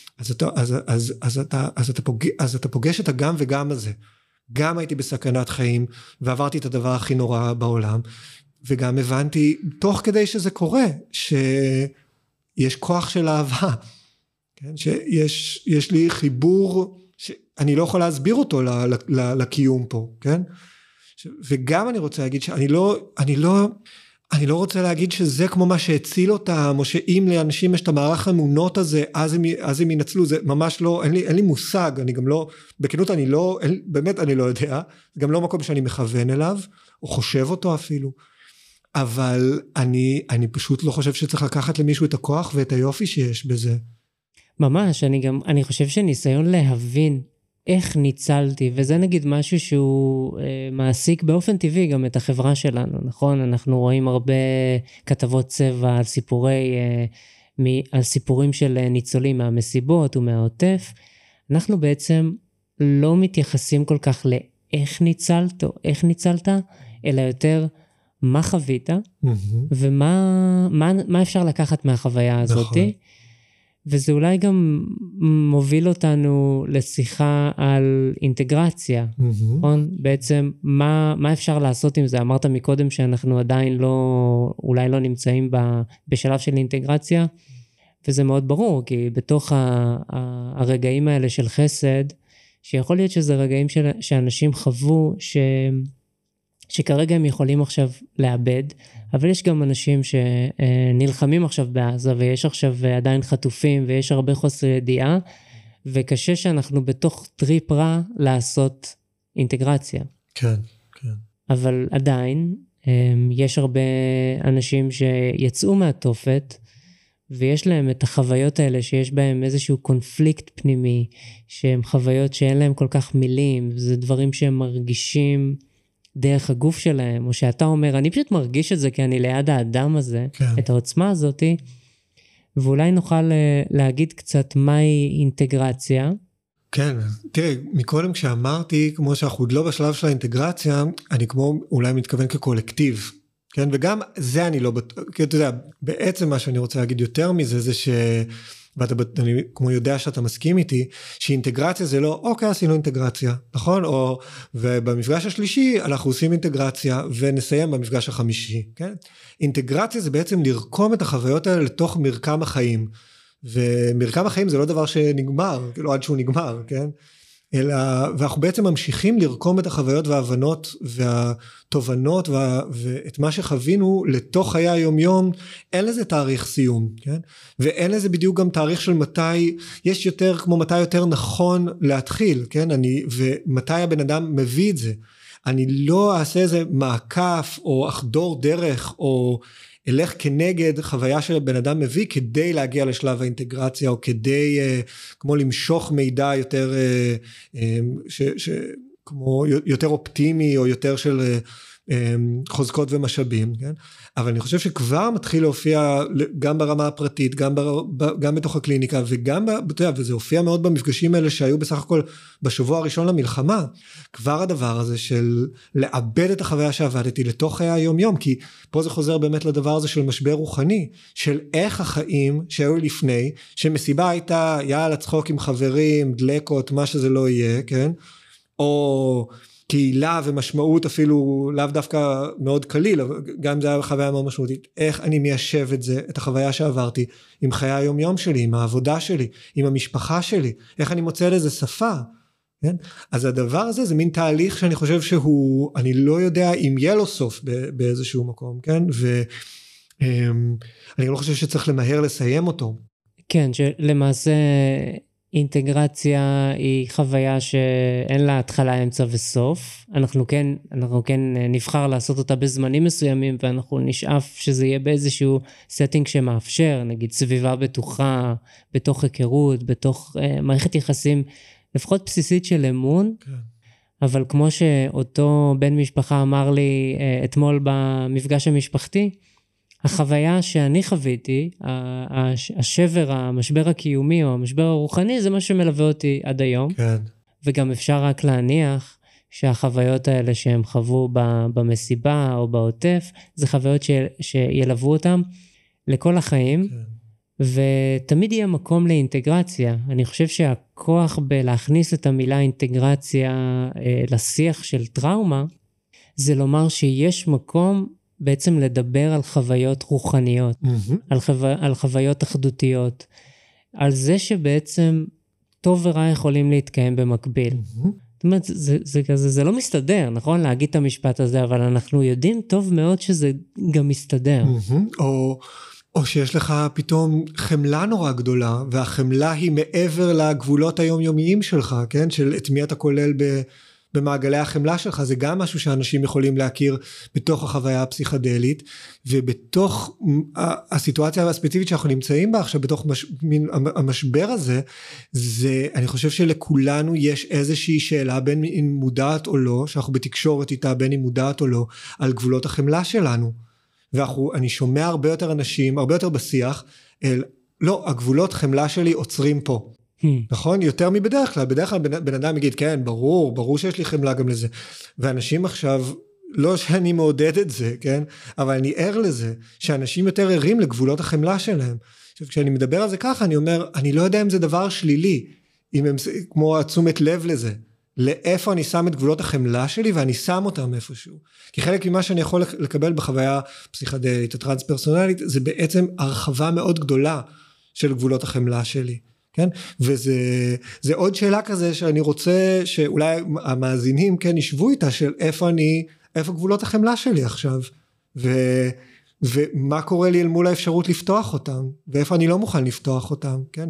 אז אתה פוגש את הגם וגם הזה, גם הייתי בסכנת חיים, ועברתי את הדבר הכי נורא בעולם, וגם הבנתי, תוך כדי שזה קורה, שיש כוח של אהבה, כן? שיש לי חיבור, שאני לא יכול להסביר אותו לקיום פה, כן? וגם אני רוצה להגיד שאני לא רוצה להגיד שזה כמו מה שהציל אותם, או שאם לאנשים יש את המערך האמונות הזה, אז הם ינצלו, זה ממש לא, אין לי מושג, אני גם לא, בכנות באמת אני לא יודע, זה גם לא מקום שאני מכוון אליו, או חושב אותו אפילו, אבל אני פשוט לא חושב שצריך לקחת למישהו את הכוח ואת היופי שיש בזה. ממש, אני חושב שניסיון להבין איך ניצלתי, וזה נגיד משהו שהוא מעסיק באופן טבעי גם את החברה שלנו, נכון? אנחנו רואים הרבה כתבות צבע על סיפורים של ניצולים מהמסיבות ומהעוטף, אנחנו בעצם לא מתייחסים כל כך לאיך ניצלת או איך ניצלת, אלא יותר מה חווית, ומה אפשר לקחת מהחוויה הזאת. נכון. וזה אולי גם מוביל אותנו לשיחה על אינטגרציה, נכון? בעצם מה אפשר לעשות עם זה? אמרת מקודם שאנחנו עדיין אולי לא נמצאים בשלב של אינטגרציה, וזה מאוד ברור, כי בתוך הרגעים האלה של חסד, שיכול להיות שזה רגעים שאנשים חוו, שכרגע הם יכולים עכשיו לאבד, אבל יש גם אנשים שנלחמים עכשיו בעזה, ויש עכשיו עדיין חטופים, ויש הרבה חוסר ידיעה, וקשה שאנחנו בתוך טריפ רע לעשות אינטגרציה. כן, כן. אבל עדיין, יש הרבה אנשים שיצאו מהתופת, ויש להם את החוויות האלה, שיש בהם איזשהו קונפליקט פנימי, שהם חוויות שאין להם כל כך מילים, זה דברים שהם מרגישים דרך הגוף שלהם, או שאתה אומר, אני פשוט מרגיש את זה, כי אני ליד האדם הזה, כן. את העוצמה הזאת, ואולי נוכל להגיד קצת מהי אינטגרציה. כן, תראה, מקודם כשאמרתי, כמו שאנחנו עוד לא בשלב של האינטגרציה, אני כמו אולי מתכוון כקולקטיב, כן, וגם זה אני לא, כי אתה יודע, בעצם מה שאני רוצה להגיד יותר מזה, זה ואני כמו יודע שאתה מסכים איתי, שאינטגרציה זה לא, אוקיי, עשינו אינטגרציה, נכון? ובמפגש השלישי אנחנו עושים אינטגרציה, ונסיים במפגש החמישי, כן? אינטגרציה זה בעצם לרקום את החוויות האלה לתוך מרקם החיים, ומרקם החיים זה לא דבר שנגמר, כאילו עד שהוא נגמר, כן? אלא, ואנחנו בעצם ממשיכים לרקום את החוויות וההבנות והתובנות ואת מה שחווינו לתוך חיי היומיום, אין לזה תאריך סיום, כן? ואין לזה בדיוק גם תאריך של מתי, יש יותר כמו מתי יותר נכון להתחיל, כן? ומתי הבן אדם מביא את זה. אני לא אעשה איזה מעקף או אחדור דרך או אלך כנגד חוויה של בן אדם מביא כדי להגיע לשלב האינטגרציה, או כדי כמו למשוך מידע יותר, כמו יותר אופטימי, או יותר של חוזקות ומשאבים, כן? אבל אני חושב שכבר מתחיל להופיע גם ברמה הפרטית, גם בתוך הקליניקה, וזה הופיע מאוד במפגשים האלה שהיו בסך הכל בשבוע הראשון למלחמה, כבר הדבר הזה של לאבד את החוויה שעבדתי לתוך חיי היום-יום, כי פה זה חוזר באמת לדבר הזה של משבר רוחני, של איך החיים שהיו לפני, שמסיבה הייתה יאללה צחוק עם חברים, דלקות, מה שזה לא יהיה, כן? או קהילה ומשמעות אפילו לאו דווקא מאוד קליל, גם זה היה חוויה מאוד משמעותית, איך אני מיישב את זה, את החוויה שעברתי, עם חיי היום יום שלי, עם העבודה שלי, עם המשפחה שלי, איך אני מוצא לזה שפה, כן? אז הדבר הזה זה מין תהליך שאני חושב שהוא, אני לא יודע אם יהיה לו סוף באיזשהו מקום, כן? ואני לא חושב שצריך למהר לסיים אותו. כן, שלמעשה אינטגרציה היא חוויה שאין לה התחלה, אמצע וסוף. אנחנו כן נבחר לעשות אותה בזמנים מסוימים, ואנחנו נשאף שזה יהיה באיזשהו setting שמאפשר, נגיד סביבה בטוחה, בתוך היכרות, בתוך מערכת יחסים, לפחות בסיסית של אמון. כן. אבל כמו שאותו בן משפחה אמר לי אתמול במפגש המשפחתי, החוויה שאני חוויתי, השבר, המשבר הקיומי או המשבר הרוחני, זה מה שמלווה אותי עד היום. כן. וגם אפשר רק להניח שהחוויות האלה שהם חוו במסיבה או בעוטף, זה חוויות שילוו אותם לכל החיים, כן. ותמיד יהיה מקום לאינטגרציה. אני חושב שהכוח בלהכניס את המילה אינטגרציה לשיח של טראומה, זה לומר שיש מקום בעצם לדבר על חוויות רוחניות, על חוויות אחדותיות, על זה שבעצם טוב ורע יכולים להתקיים במקביל. זאת אומרת, זה לא מסתדר, נכון? להגיד את המשפט הזה, אבל אנחנו יודעים טוב מאוד שזה גם מסתדר. או שיש לך פתאום חמלה נורא גדולה, והחמלה היא מעבר לגבולות היומיומיים שלך, כן? של את מי אתה כולל במעגלי החמלה שלך, זה גם משהו שאנשים יכולים להכיר בתוך החוויה הפסיכדלית, ובתוך הסיטואציה הספציפית שאנחנו נמצאים בה עכשיו, בתוך המשבר הזה, אני חושב שלכולנו יש איזושהי שאלה, בין אם מודעת או לא, שאנחנו בתקשורת איתה, בין אם מודעת או לא, על גבולות החמלה שלנו. ואני שומע הרבה יותר אנשים, הרבה יותר בשיח, לא, הגבולות חמלה שלי עוצרים פה. נכון? יותר מבדרך כלל. בדרך כלל בן אדם יגיד, כן, ברור שיש לי חמלה גם לזה. ואנשים עכשיו, לא שאני מעודד את זה, כן? אבל אני ער לזה, שאנשים יותר ערים לגבולות החמלה שלהם. עכשיו, כשאני מדבר על זה ככה, אני אומר, אני לא יודע אם זה דבר שלילי, אם הם, כמו תשומת לב לזה. לאיפה אני שם את גבולות החמלה שלי, ואני שם אותם איפשהו. כי חלק ממה שאני יכול לקבל בחוויה פסיכדלית, הטרנס-פרסונלית, זה בעצם הרחבה מאוד גדולה של גבולות החמלה שלי. כן? וזה עוד שאלה כזה שאני רוצה שאולי המאזינים כן ישבו איתה של איפה גבולות החמלה שלי עכשיו, ומה קורה לי אל מול האפשרות לפתוח אותם, ואיפה אני לא מוכן לפתוח אותם, כן?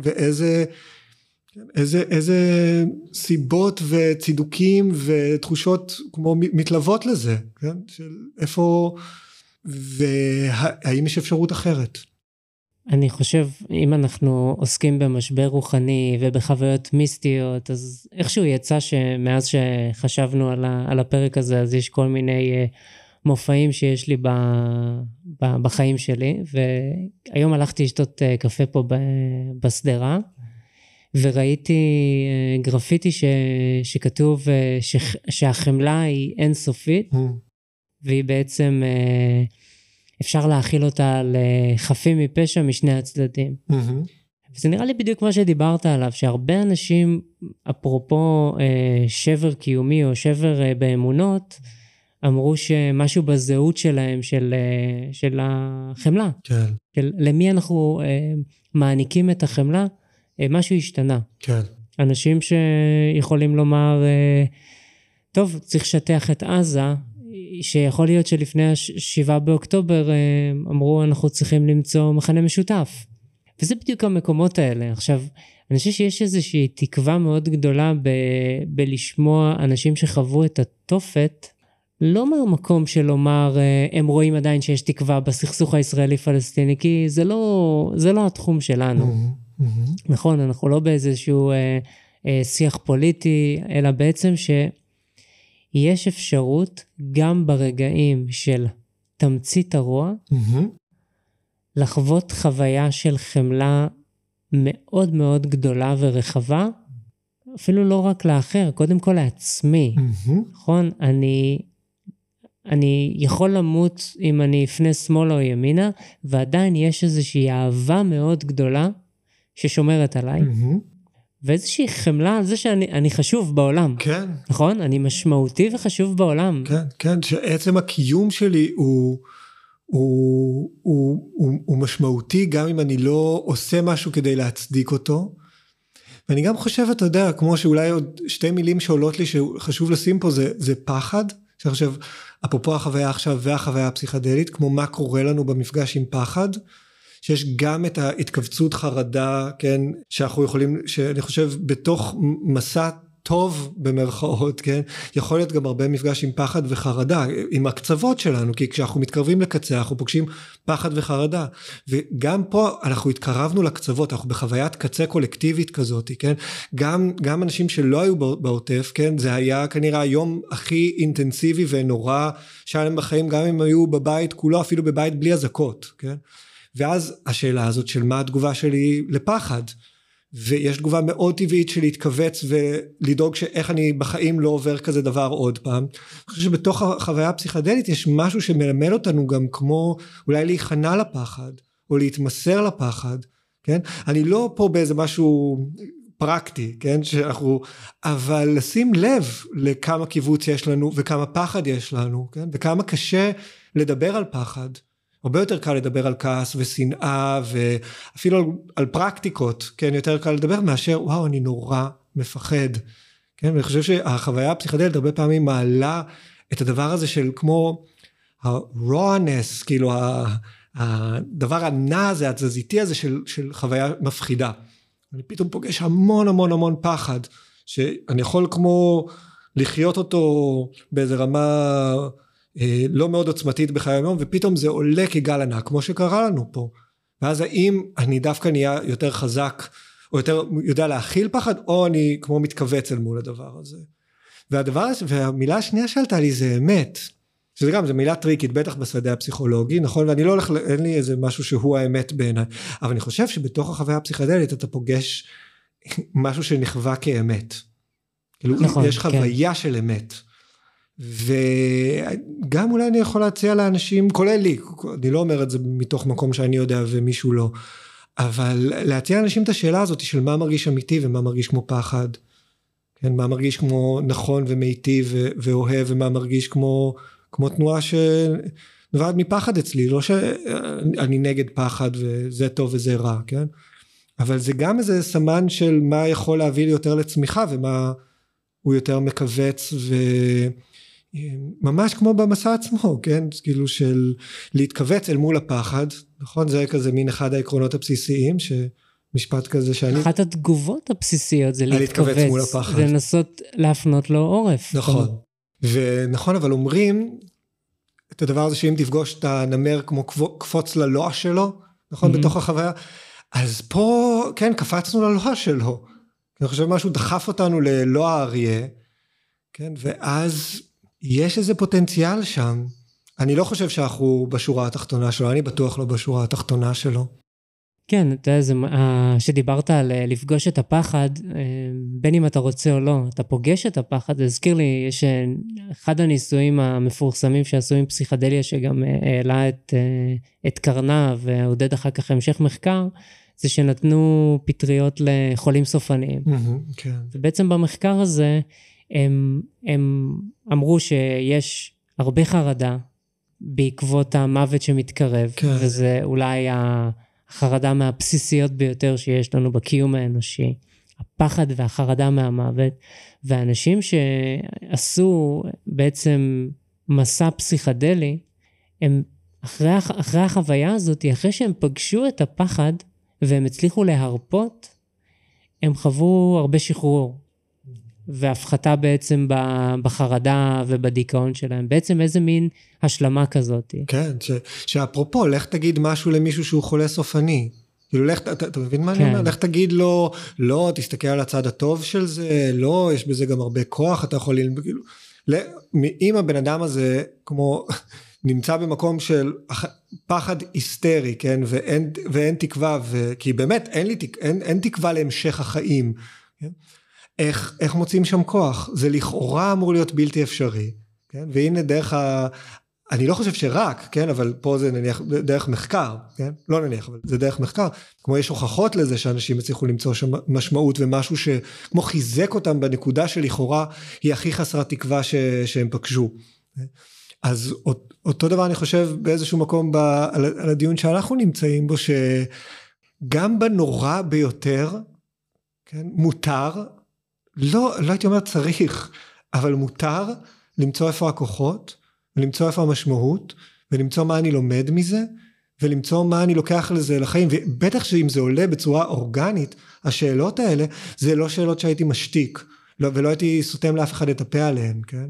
איזה סיבות וצידוקים ותחושות כמו מתלוות לזה, כן? של איפה, והאם יש אפשרות אחרת? אני חושב, אם אנחנו עוסקים במשבר רוחני ובחוויות מיסטיות, אז איכשהו יצא שמאז שחשבנו על הפרק הזה, אז יש כל מיני מופעים שיש לי בחיים שלי, והיום הלכתי לשתות קפה פה בסדרה, וראיתי גרפיטי שכתוב שהחמלה היא אינסופית, והיא בעצם אפשר להכיל אותה לחפים מפשע משני הצדדים. וזה נראה לי בדיוק מה שדיברת עליו, שהרבה אנשים, אפרופו שבר קיומי או שבר באמונות, אמרו שמשהו בזהות שלהם, של החמלה. כן. של למי אנחנו מעניקים את החמלה, משהו השתנה. כן. אנשים שיכולים לומר, טוב, צריך לשטח את עזה, שיכול להיות שלפני 7 באוקטובר אמרו אנחנו צריכים למצוא מחנה משותף. וזה בדיוק המקומות האלה. עכשיו, אני חושב שיש איזושהי תקווה מאוד גדולה בלשמוע אנשים שחוו את התופת, לא מהמקום של לומר הם רואים עדיין שיש תקווה בסכסוך הישראלי-פלסטיני, כי זה לא התחום שלנו. נכון, אנחנו לא באיזשהו שיח פוליטי, אלא בעצם יש אפשרות גם ברגעים של תמצית הרוע, לחוות חוויה של חמלה מאוד מאוד גדולה ורחבה, אפילו לא רק לאחר, קודם כל לעצמי. נכון? אני יכול למות אם אני אפנה שמאלה או ימינה, ועדיין יש איזושהי אהבה מאוד גדולה ששומרת עליי. ואיזושהי חמלה על זה שאני חשוב בעולם. כן. נכון? אני משמעותי וחשוב בעולם. כן, כן, שעצם הקיום שלי הוא משמעותי, גם אם אני לא עושה משהו כדי להצדיק אותו. ואני גם חושב, אתה יודע, כמו שאולי עוד שתי מילים שעולות לי שחשוב לשים פה, זה פחד. שאני חושב, אפרופו החוויה עכשיו והחוויה הפסיכדלית, כמו מה קורה לנו במפגש עם פחד, שיש גם את ההתכווצות חרדה, כן, שאנחנו יכולים, שאני חושב, בתוך מסע טוב במרכאות, כן, יכול להיות גם הרבה מפגש עם פחד וחרדה, עם הקצוות שלנו, כי כשאנחנו מתקרבים לקצה, אנחנו פוגשים פחד וחרדה, וגם פה אנחנו התקרבנו לקצוות, אנחנו בחוויית קצה קולקטיבית כזאת, כן, גם אנשים שלא היו בעוטף, כן, זה היה כנראה היום הכי אינטנסיבי ונורא, שהיה להם בחיים, גם אם היו בבית כולו, אפילו בבית בלי הזקות, כן, ואז השאלה הזאת של מה התגובה שלי לפחד, ויש תגובה מאוד טבעית של להתכווץ ולדאוג שאיך אני בחיים לא עובר כזה דבר עוד פעם. אני חושב שבתוך החוויה הפסיכדלית יש משהו שמלמד אותנו גם כמו אולי להיכנע לפחד, או להתמסר לפחד, כן? אני לא פה באיזה משהו פרקטי, כן? אבל לשים לב לכמה קיבוץ יש לנו וכמה פחד יש לנו, כן? וכמה קשה לדבר על פחד. הרבה יותר קל לדבר על כעס ושנאה, ואפילו על פרקטיקות, כן, יותר קל לדבר מאשר, וואו, אני נורא מפחד, כן, ואני חושב שהחוויה הפסיכדלית הרבה פעמים מעלה את הדבר הזה של כמו ה-rawness, כאילו הדבר הנע הזה, התזזיתי הזה של חוויה מפחידה. אני פתאום פוגש המון המון המון פחד, שאני יכול כמו לחיות אותו באיזה רמה לא מאוד עוצמתית בחיי היום, ופתאום זה עולה כגל ענק, כמו שקרה לנו פה. ואז האם אני דווקא נהיה יותר חזק, או יותר יודע להכיל פחד, או אני כמו מתכווץ אל מול הדבר הזה. והדבר הזה, והמילה השנייה שאלת לי זה אמת, שזה גם, זו מילה טריקית, בטח בשדה הפסיכולוגי, נכון? ואני לא הולך, אין לי איזה משהו שהוא האמת בעיניי, אבל אני חושב שבתוך החוויה הפסיכדלית, אתה פוגש משהו שנחווה כאמת. כאילו, נכון, יש חוויה של אמת. וגם אולי אני יכול להציע לאנשים, כולל לי, אני לא אומר את זה מתוך מקום שאני יודע ומישהו לא, אבל להציע לאנשים את השאלה הזאת של מה מרגיש אמיתי ומה מרגיש כמו פחד, כן, מה מרגיש כמו נכון ומיטיב ואוהב, ומה מרגיש כמו תנועה שנובעת מפחד אצלי, לא שאני נגד פחד וזה טוב וזה רע, כן, אבל זה גם איזה סמן של מה יכול להביא לי יותר לצמיחה ומה הוא יותר מקווץ ממש כמו במסע עצמו, כן? כאילו של להתכווץ אל מול הפחד, נכון? זה כזה מין אחד העקרונות הבסיסיים, שמשפט כזה שאני... אחת התגובות הבסיסיות זה להתכווץ מול הפחד. זה לנסות להפנות לו עורף. נכון. ונכון, אבל אומרים את הדבר הזה שאם תפגוש את הנמר כמו קפוץ ללוע שלו, נכון? בתוך החוויה, אז פה, כן, קפצנו ללוע שלו. אני חושב משהו דחף אותנו ללוע האריה, כן? ואז יש איזה פוטנציאל שם. אני לא חושב שאנחנו בשורה התחתונה שלו, אני בטוח לא בשורה התחתונה שלו. כן, אתה יודע, שדיברת על לפגוש את הפחד, בין אם אתה רוצה או לא, אתה פוגש את הפחד, זה הזכיר לי, יש אחד הניסויים המפורסמים שעשו עם פסיכדליה, שגם העלה את קרנה, ועודד אחר כך המשך מחקר, זה שנתנו פטריות לחולים סופניים. כן. ובעצם במחקר הזה, הם אמרו שיש הרבה חרדה בעקבות המוות שמתקרב, כן. וזה אולי החרדה מהבסיסיות ביותר שיש לנו בקיום האנושי, הפחד והחרדה מהמוות, ואנשים שעשו בעצם מסע פסיכדלי, הם אחרי החוויה הזאת, אחרי שהם פגשו את הפחד, והם הצליחו להרפות, הם חוו הרבה שחרור, והפחתה בעצם בחרדה ובדיכאון שלהם, בעצם איזה מין השלמה כזאת. כן, שאפרופו, לך תגיד משהו למישהו שהוא חולה סופני, כאילו לך, אתה מבין מה אני אומר? לך תגיד לו, לא, תסתכל על הצד הטוב של זה, לא, יש בזה גם הרבה כוח, אתה יכול ללמוד, כאילו, אם הבן אדם הזה, כמו, נמצא במקום של פחד היסטרי, כן, ואין תקווה, כי באמת אין תקווה להמשך החיים, כן? איך מוצאים שם כוח? זה לכאורה אמור להיות בלתי אפשרי, כן? והנה דרך אני לא חושב שרק, כן, אבל פה זה נניח דרך מחקר, כן? לא נניח, אבל זה דרך מחקר. כמו יש הוכחות לזה שאנשים הצליחו למצוא שם משמעות ומשהו שכמו חיזק אותם בנקודה שלכאורה היא הכי חסרת תקווה שהם פגשו. אז אותו דבר אני חושב באיזשהו מקום על הדיון שאנחנו נמצאים בו, שגם בנורא ביותר, כן, מותר, לא הייתי אומר צריך, אבל מותר למצוא איפה הכוחות, ולמצוא איפה המשמעות, ולמצוא מה אני לומד מזה, ולמצוא מה אני לוקח לזה לחיים, ובטח שאם זה עולה בצורה אורגנית, השאלות האלה, זה לא שאלות שהייתי משתיק, ולא הייתי סותם לאף אחד את הפה עליהן, כן?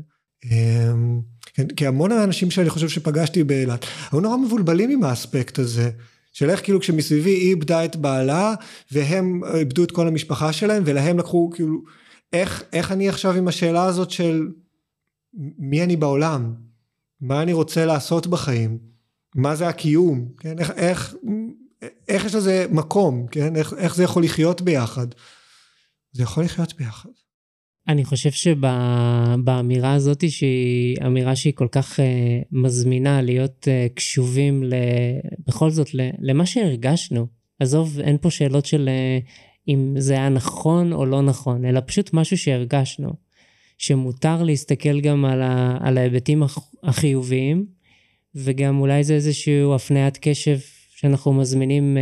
כי המון האנשים שאני חושב שפגשתי באילת, היו נורא מבולבלים עם האספקט הזה, של איך כאילו כשמסביבי היא איבדה את בעלה, והם איבדו את כל המשפחה שלהם, ולהם לקחו כאילו, איך אני עכשיו עם השאלה הזאת של, מי אני בעולם? מה אני רוצה לעשות בחיים? מה זה הקיום? כן? איך יש לזה מקום? כן? איך זה יכול לחיות ביחד? זה יכול לחיות ביחד. אני חושב שבאמירה הזאת, שהיא אמירה שהיא כל כך מזמינה להיות קשובים בכל זאת למה שהרגשנו. עזוב, אין פה שאלות של אם זה היה נכון או לא נכון, אלא פשוט משהו שהרגשנו. שמותר להסתכל גם על ההיבטים החיוביים, וגם אולי זה איזשהו הפניית קשב שאנחנו מזמינים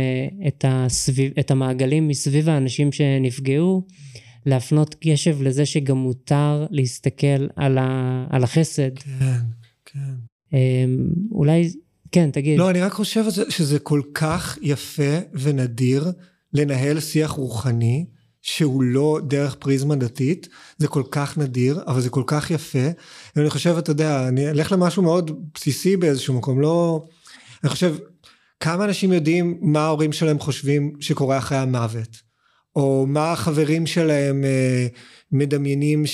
את המעגלים מסביב האנשים שנפגעו, להפנות קשב לזה שגם מותר להסתכל על החסד. כן, כן. אולי, כן, תגיד. לא, אני רק חושב שזה כל כך יפה ונדיר לנהל שיח רוחני, שהוא לא דרך פריזמה דתית, זה כל כך נדיר, אבל זה כל כך יפה, ואני חושב, אתה יודע, אני אלך למשהו מאוד בסיסי באיזשהו מקום, לא, אני חושב, כמה אנשים יודעים מה ההורים שלהם חושבים שקורה אחרי המוות, או מה החברים שלהם מדמיינים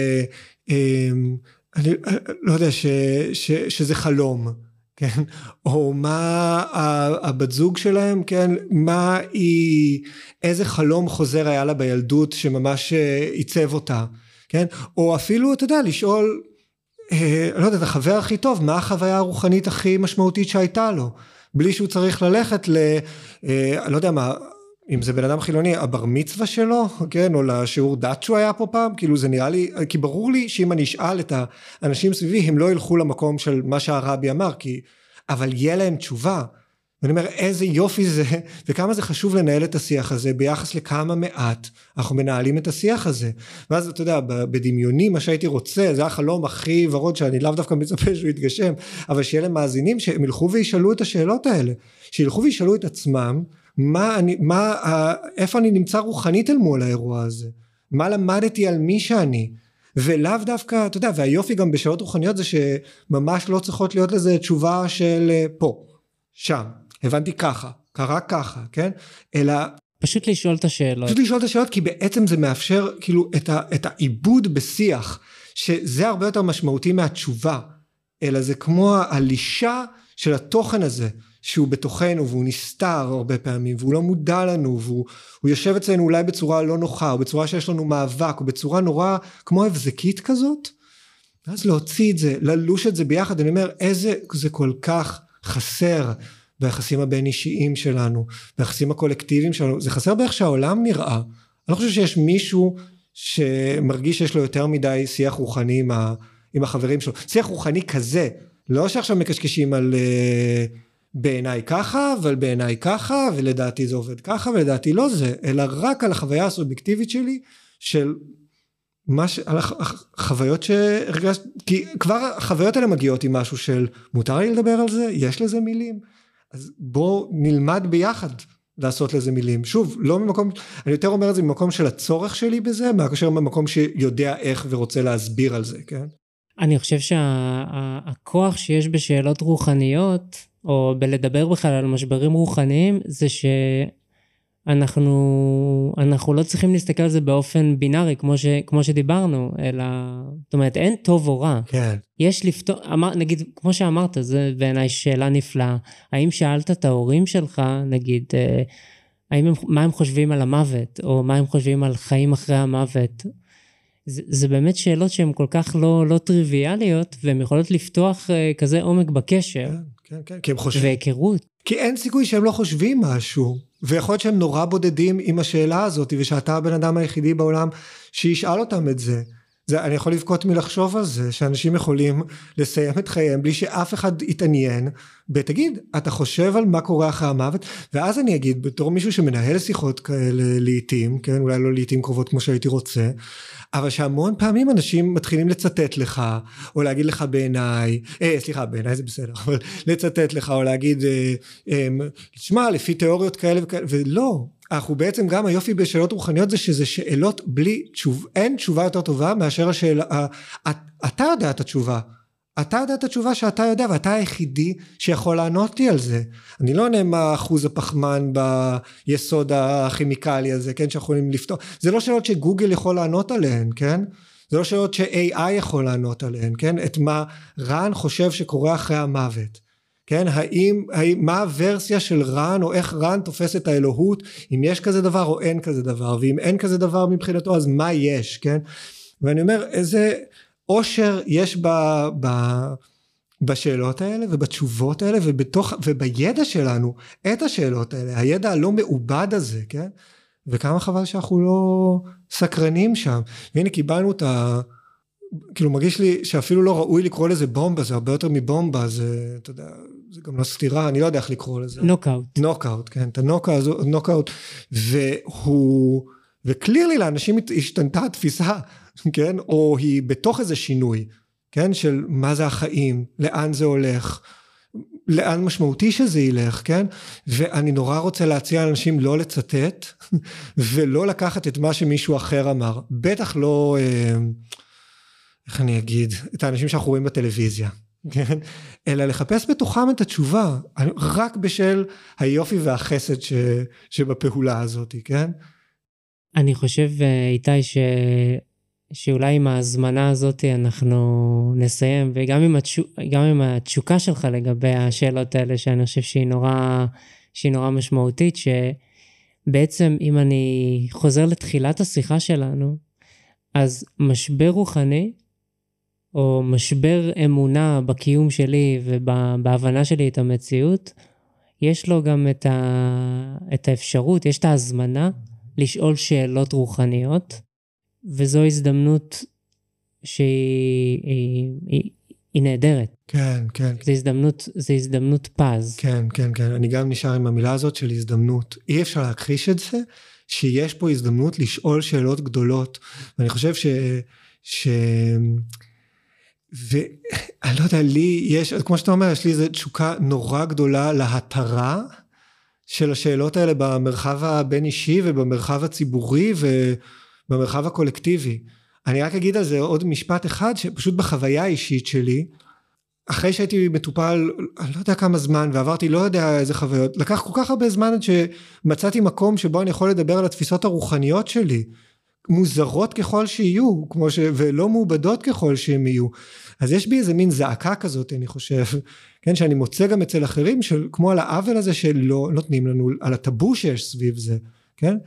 אני לא יודע, שזה חלום, כן? או מה הבת זוג שלהם, כן? איזה חלום חוזר היה לה בילדות שממש עיצב אותה, כן? או אפילו, אתה יודע, לשאול, לא יודע, את החבר הכי טוב, מה החוויה הרוחנית הכי משמעותית שהייתה לו? בלי שהוא צריך ללכת לא יודע מה, אם זה בן אדם חילוני, הבר מצווה שלו, כן? או לשיעור דת שהוא היה פה פעם, כאילו זה נראה לי, כי ברור לי שאם אני אשאל את האנשים סביבי, הם לא ילכו למקום של מה שהרבי אמר, אבל יהיה להם תשובה. ואני אומר, איזה יופי זה, וכמה זה חשוב לנהל את השיח הזה, ביחס לכמה מעט אנחנו מנהלים את השיח הזה. ואז אתה יודע, בדמיוני, מה שהייתי רוצה, זה החלום הכי ורוד, שאני לאו דווקא מצפה שהוא יתגשם, אבל שיהיה להם מאזינים, שהם ילכו וישאלו את השאלות האלה, שילכו וישאלו את עצמם, איפה אני נמצא רוחנית אל מול האירוע הזה, מה למדתי על מי שאני, ולאו דווקא, אתה יודע, והיופי גם בשאלות רוחניות זה שממש לא צריכות להיות לזה תשובה של פה, שם, הבנתי ככה, קרה ככה, כן? אלא פשוט לשאול את השאלות. פשוט לשאול את השאלות, כי בעצם זה מאפשר כאילו את העיבוד בשיח, שזה הרבה יותר משמעותי מהתשובה, אלא זה כמו הלישה של התוכן הזה, שהוא בתוכנו, והוא נסתר הרבה פעמים, והוא לא מודע לנו, והוא יושב אצלנו אולי בצורה לא נוחה, או בצורה שיש לנו מאבק, או בצורה נורא כמו הבזקית כזאת, אז להוציא את זה, ללוש את זה ביחד, אני אומר, זה כל כך חסר ביחסים הבין אישיים שלנו, ביחסים הקולקטיביים שלנו, זה חסר באיך שהעולם נראה, אני לא חושב שיש מישהו שמרגיש שיש לו יותר מדי שיח רוחני עם החברים שלו, שיח רוחני כזה, לא שעכשיו מקשקשים על בעיניי ככה, אבל בעיניי ככה, ולדעתי זה עובד ככה, ולדעתי לא זה, אלא רק על החוויה הסובייקטיבית שלי, של על החוויות שהרגשת, כי כבר החוויות האלה מגיעות עם משהו של, מותר לי לדבר על זה, יש לזה מילים, אז בוא נלמד ביחד לעשות לזה מילים, שוב, לא ממקום, אני יותר אומר את זה ממקום של הצורך שלי בזה, מאשר ממקום שיודע איך ורוצה להסביר על זה, כן? אני חושב שהכוח שיש בשאלות רוחניות, או בלדבר בכלל על משברים רוחניים, זה שאנחנו לא צריכים להסתכל על זה באופן בינארי, כמו שדיברנו, אלא, זאת אומרת, אין טוב או רע. כן. יש לפתור, נגיד, כמו שאמרת, זה בעיניי שאלה נפלאה, האם שאלת את ההורים שלך, נגיד, מה הם חושבים על המוות, או מה הם חושבים על חיים אחרי המוות, זה באמת שאלות שהן כל כך לא טריוויאליות, והן יכולות לפתוח כזה עומק בקשר. כן, כן, כי הם חושבים. והיכרות. כי אין סיכוי שהם לא חושבים משהו, ויכול להיות שהם נורא בודדים עם השאלה הזאת, ושאתה הבן אדם היחידי בעולם שישאל אותם את זה. אני יכול לבכות מלחשוב על זה, שאנשים יכולים לסיים את חייהם, בלי שאף אחד יתעניין, ותגיד, אתה חושב על מה קורה אחרי המוות, ואז אני אגיד, בתור מישהו שמנהל שיחות כאלה לעתים, כן, אולי לא לעתים קרובות כמו שהייתי רוצה, אבל שהמון פעמים אנשים מתחילים לצטט לך, או להגיד לך בעיניי זה בסדר, אבל לצטט לך, או להגיד, תשמע, לפי תיאוריות כאלה וכאלה, ולא, אנחנו בעצם גם היופי בשאלות רוחניות זה שזה שאלות בלי תשובה, אין תשובה יותר טובה מאשר השאלה, אתה יודע את התשובה, אתה יודע את התשובה שאתה יודע, ואתה היחידי שיכול לענות לי על זה. אני לא יודע מה אחוז הפחמן ביסוד הכימיקלי הזה, כן, שיכולים לפתור, זה לא שאלות שגוגל יכול לענות עליהן, כן, זה לא שאלות ש-AI יכול לענות עליהן, כן, את מה רן חושב שקורה אחרי המוות. כן, מה הוורסיה של רן, או איך רן תופס את האלוהות, אם יש כזה דבר או אין כזה דבר, ואם אין כזה דבר מבחינתו, אז מה יש, כן? ואני אומר, איזה עושר יש בשאלות האלה, ובתשובות האלה, ובידע שלנו, את השאלות האלה, הידע הלא מעובד הזה, כן? וכמה חבל שאנחנו לא סקרנים שם. והנה קיבלנו את כאילו מרגיש לי שאפילו לא ראוי לקרוא לזה בומבה, זה הרבה יותר מבומבה, זה, אתה יודע, זה גם לא סתירה, אני לא יודע איך לקרוא לזה. נוקאוט, כן, את הנוקאוט, וקלירלי לאנשים השתנתה התפיסה, כן, או היא בתוך איזה שינוי, כן, של מה זה החיים, לאן זה הולך, לאן משמעותי שזה ילך, כן, ואני נורא רוצה להציע לאנשים לא לצטט, ולא לקחת את מה שמישהו אחר אמר, בטח לא, איך אני אגיד, את האנשים שאנחנו רואים בטלוויזיה, כן? אלא לחפש בתוכם את התשובה, רק בשל היופי והחסד שבפעולה הזאת, כן? אני חושב, איתי, שאולי עם ההזמנה הזאת אנחנו נסיים, וגם עם התשוקה שלך לגבי השאלות האלה, שאני חושב שהיא נורא משמעותית, שבעצם אם אני חוזר לתחילת השיחה שלנו, אז משבר רוחני, או משבר אמונה בקיום שלי ובהבנה שלי את המציאות, יש לו גם את האפשרות, יש את ההזמנה לשאול שאלות רוחניות, וזו הזדמנות שהיא נהדרת. כן, כן. זה הזדמנות פז. כן, כן, כן. אני גם נשאר עם המילה הזאת של הזדמנות. אי אפשר להכחיש את זה, שיש פה הזדמנות לשאול שאלות גדולות. ואני חושב ואני לא יודע, לי יש, כמו שאתה אומר, יש לי איזו תשוקה נורא גדולה להתרה של השאלות האלה במרחב הבין אישי ובמרחב הציבורי ובמרחב הקולקטיבי. אני רק אגיד על זה עוד משפט אחד, שפשוט בחוויה האישית שלי, אחרי שהייתי מטופל, אני לא יודע כמה זמן, ועברתי לא יודע איזה חוויות, לקח כל כך הרבה זמן עד שמצאתי מקום שבו אני יכול לדבר על התפיסות הרוחניות שלי, מוזרות ככל שיהיו, ולא מעובדות ככל שהם יהיו. אז יש בי איזה מין זעקה כזאת, אני חושב, כן, שאני מוצא גם אצל אחרים, כמו על העוול הזה שלא נותנים לנו, על הטאבו שיש סביב זה, כן?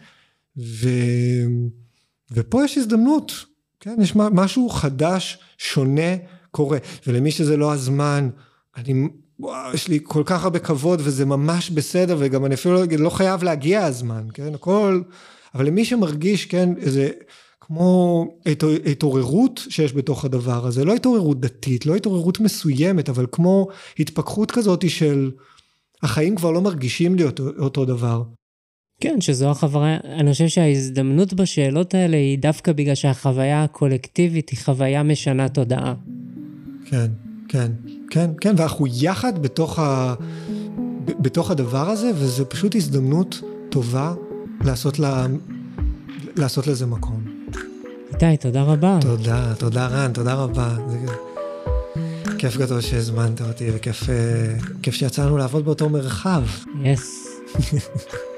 ופה יש הזדמנות, כן? יש משהו חדש, שונה, קורה. ולמי שזה לא הזמן, יש לי כל כך הרבה כבוד, וזה ממש בסדר, וגם אני אפילו לא חייב להגיע הזמן, כן? הכל, אבל למי שמרגיש, כן, איזה, כמו התעוררות שיש בתוך הדבר הזה, לא התעוררות דתית, לא התעוררות מסוימת, אבל כמו התפכחות כזאת של, החיים כבר לא מרגישים לי אותו דבר. כן, שזו החוויה, אני חושב שההזדמנות בשאלות האלה היא דווקא בגלל שהחוויה הקולקטיבית היא חוויה משנה תודעה. כן, כן, כן, כן, ואנחנו יחד בתוך הדבר הזה, וזה פשוט הזדמנות טובה לעשות לזה מקום. איתי, תודה רבה. תודה רן, תודה רבה. זה כיף גדול שהזמנת אותי, וכיף שיצאנו לעבוד באותו מרחב. Yes.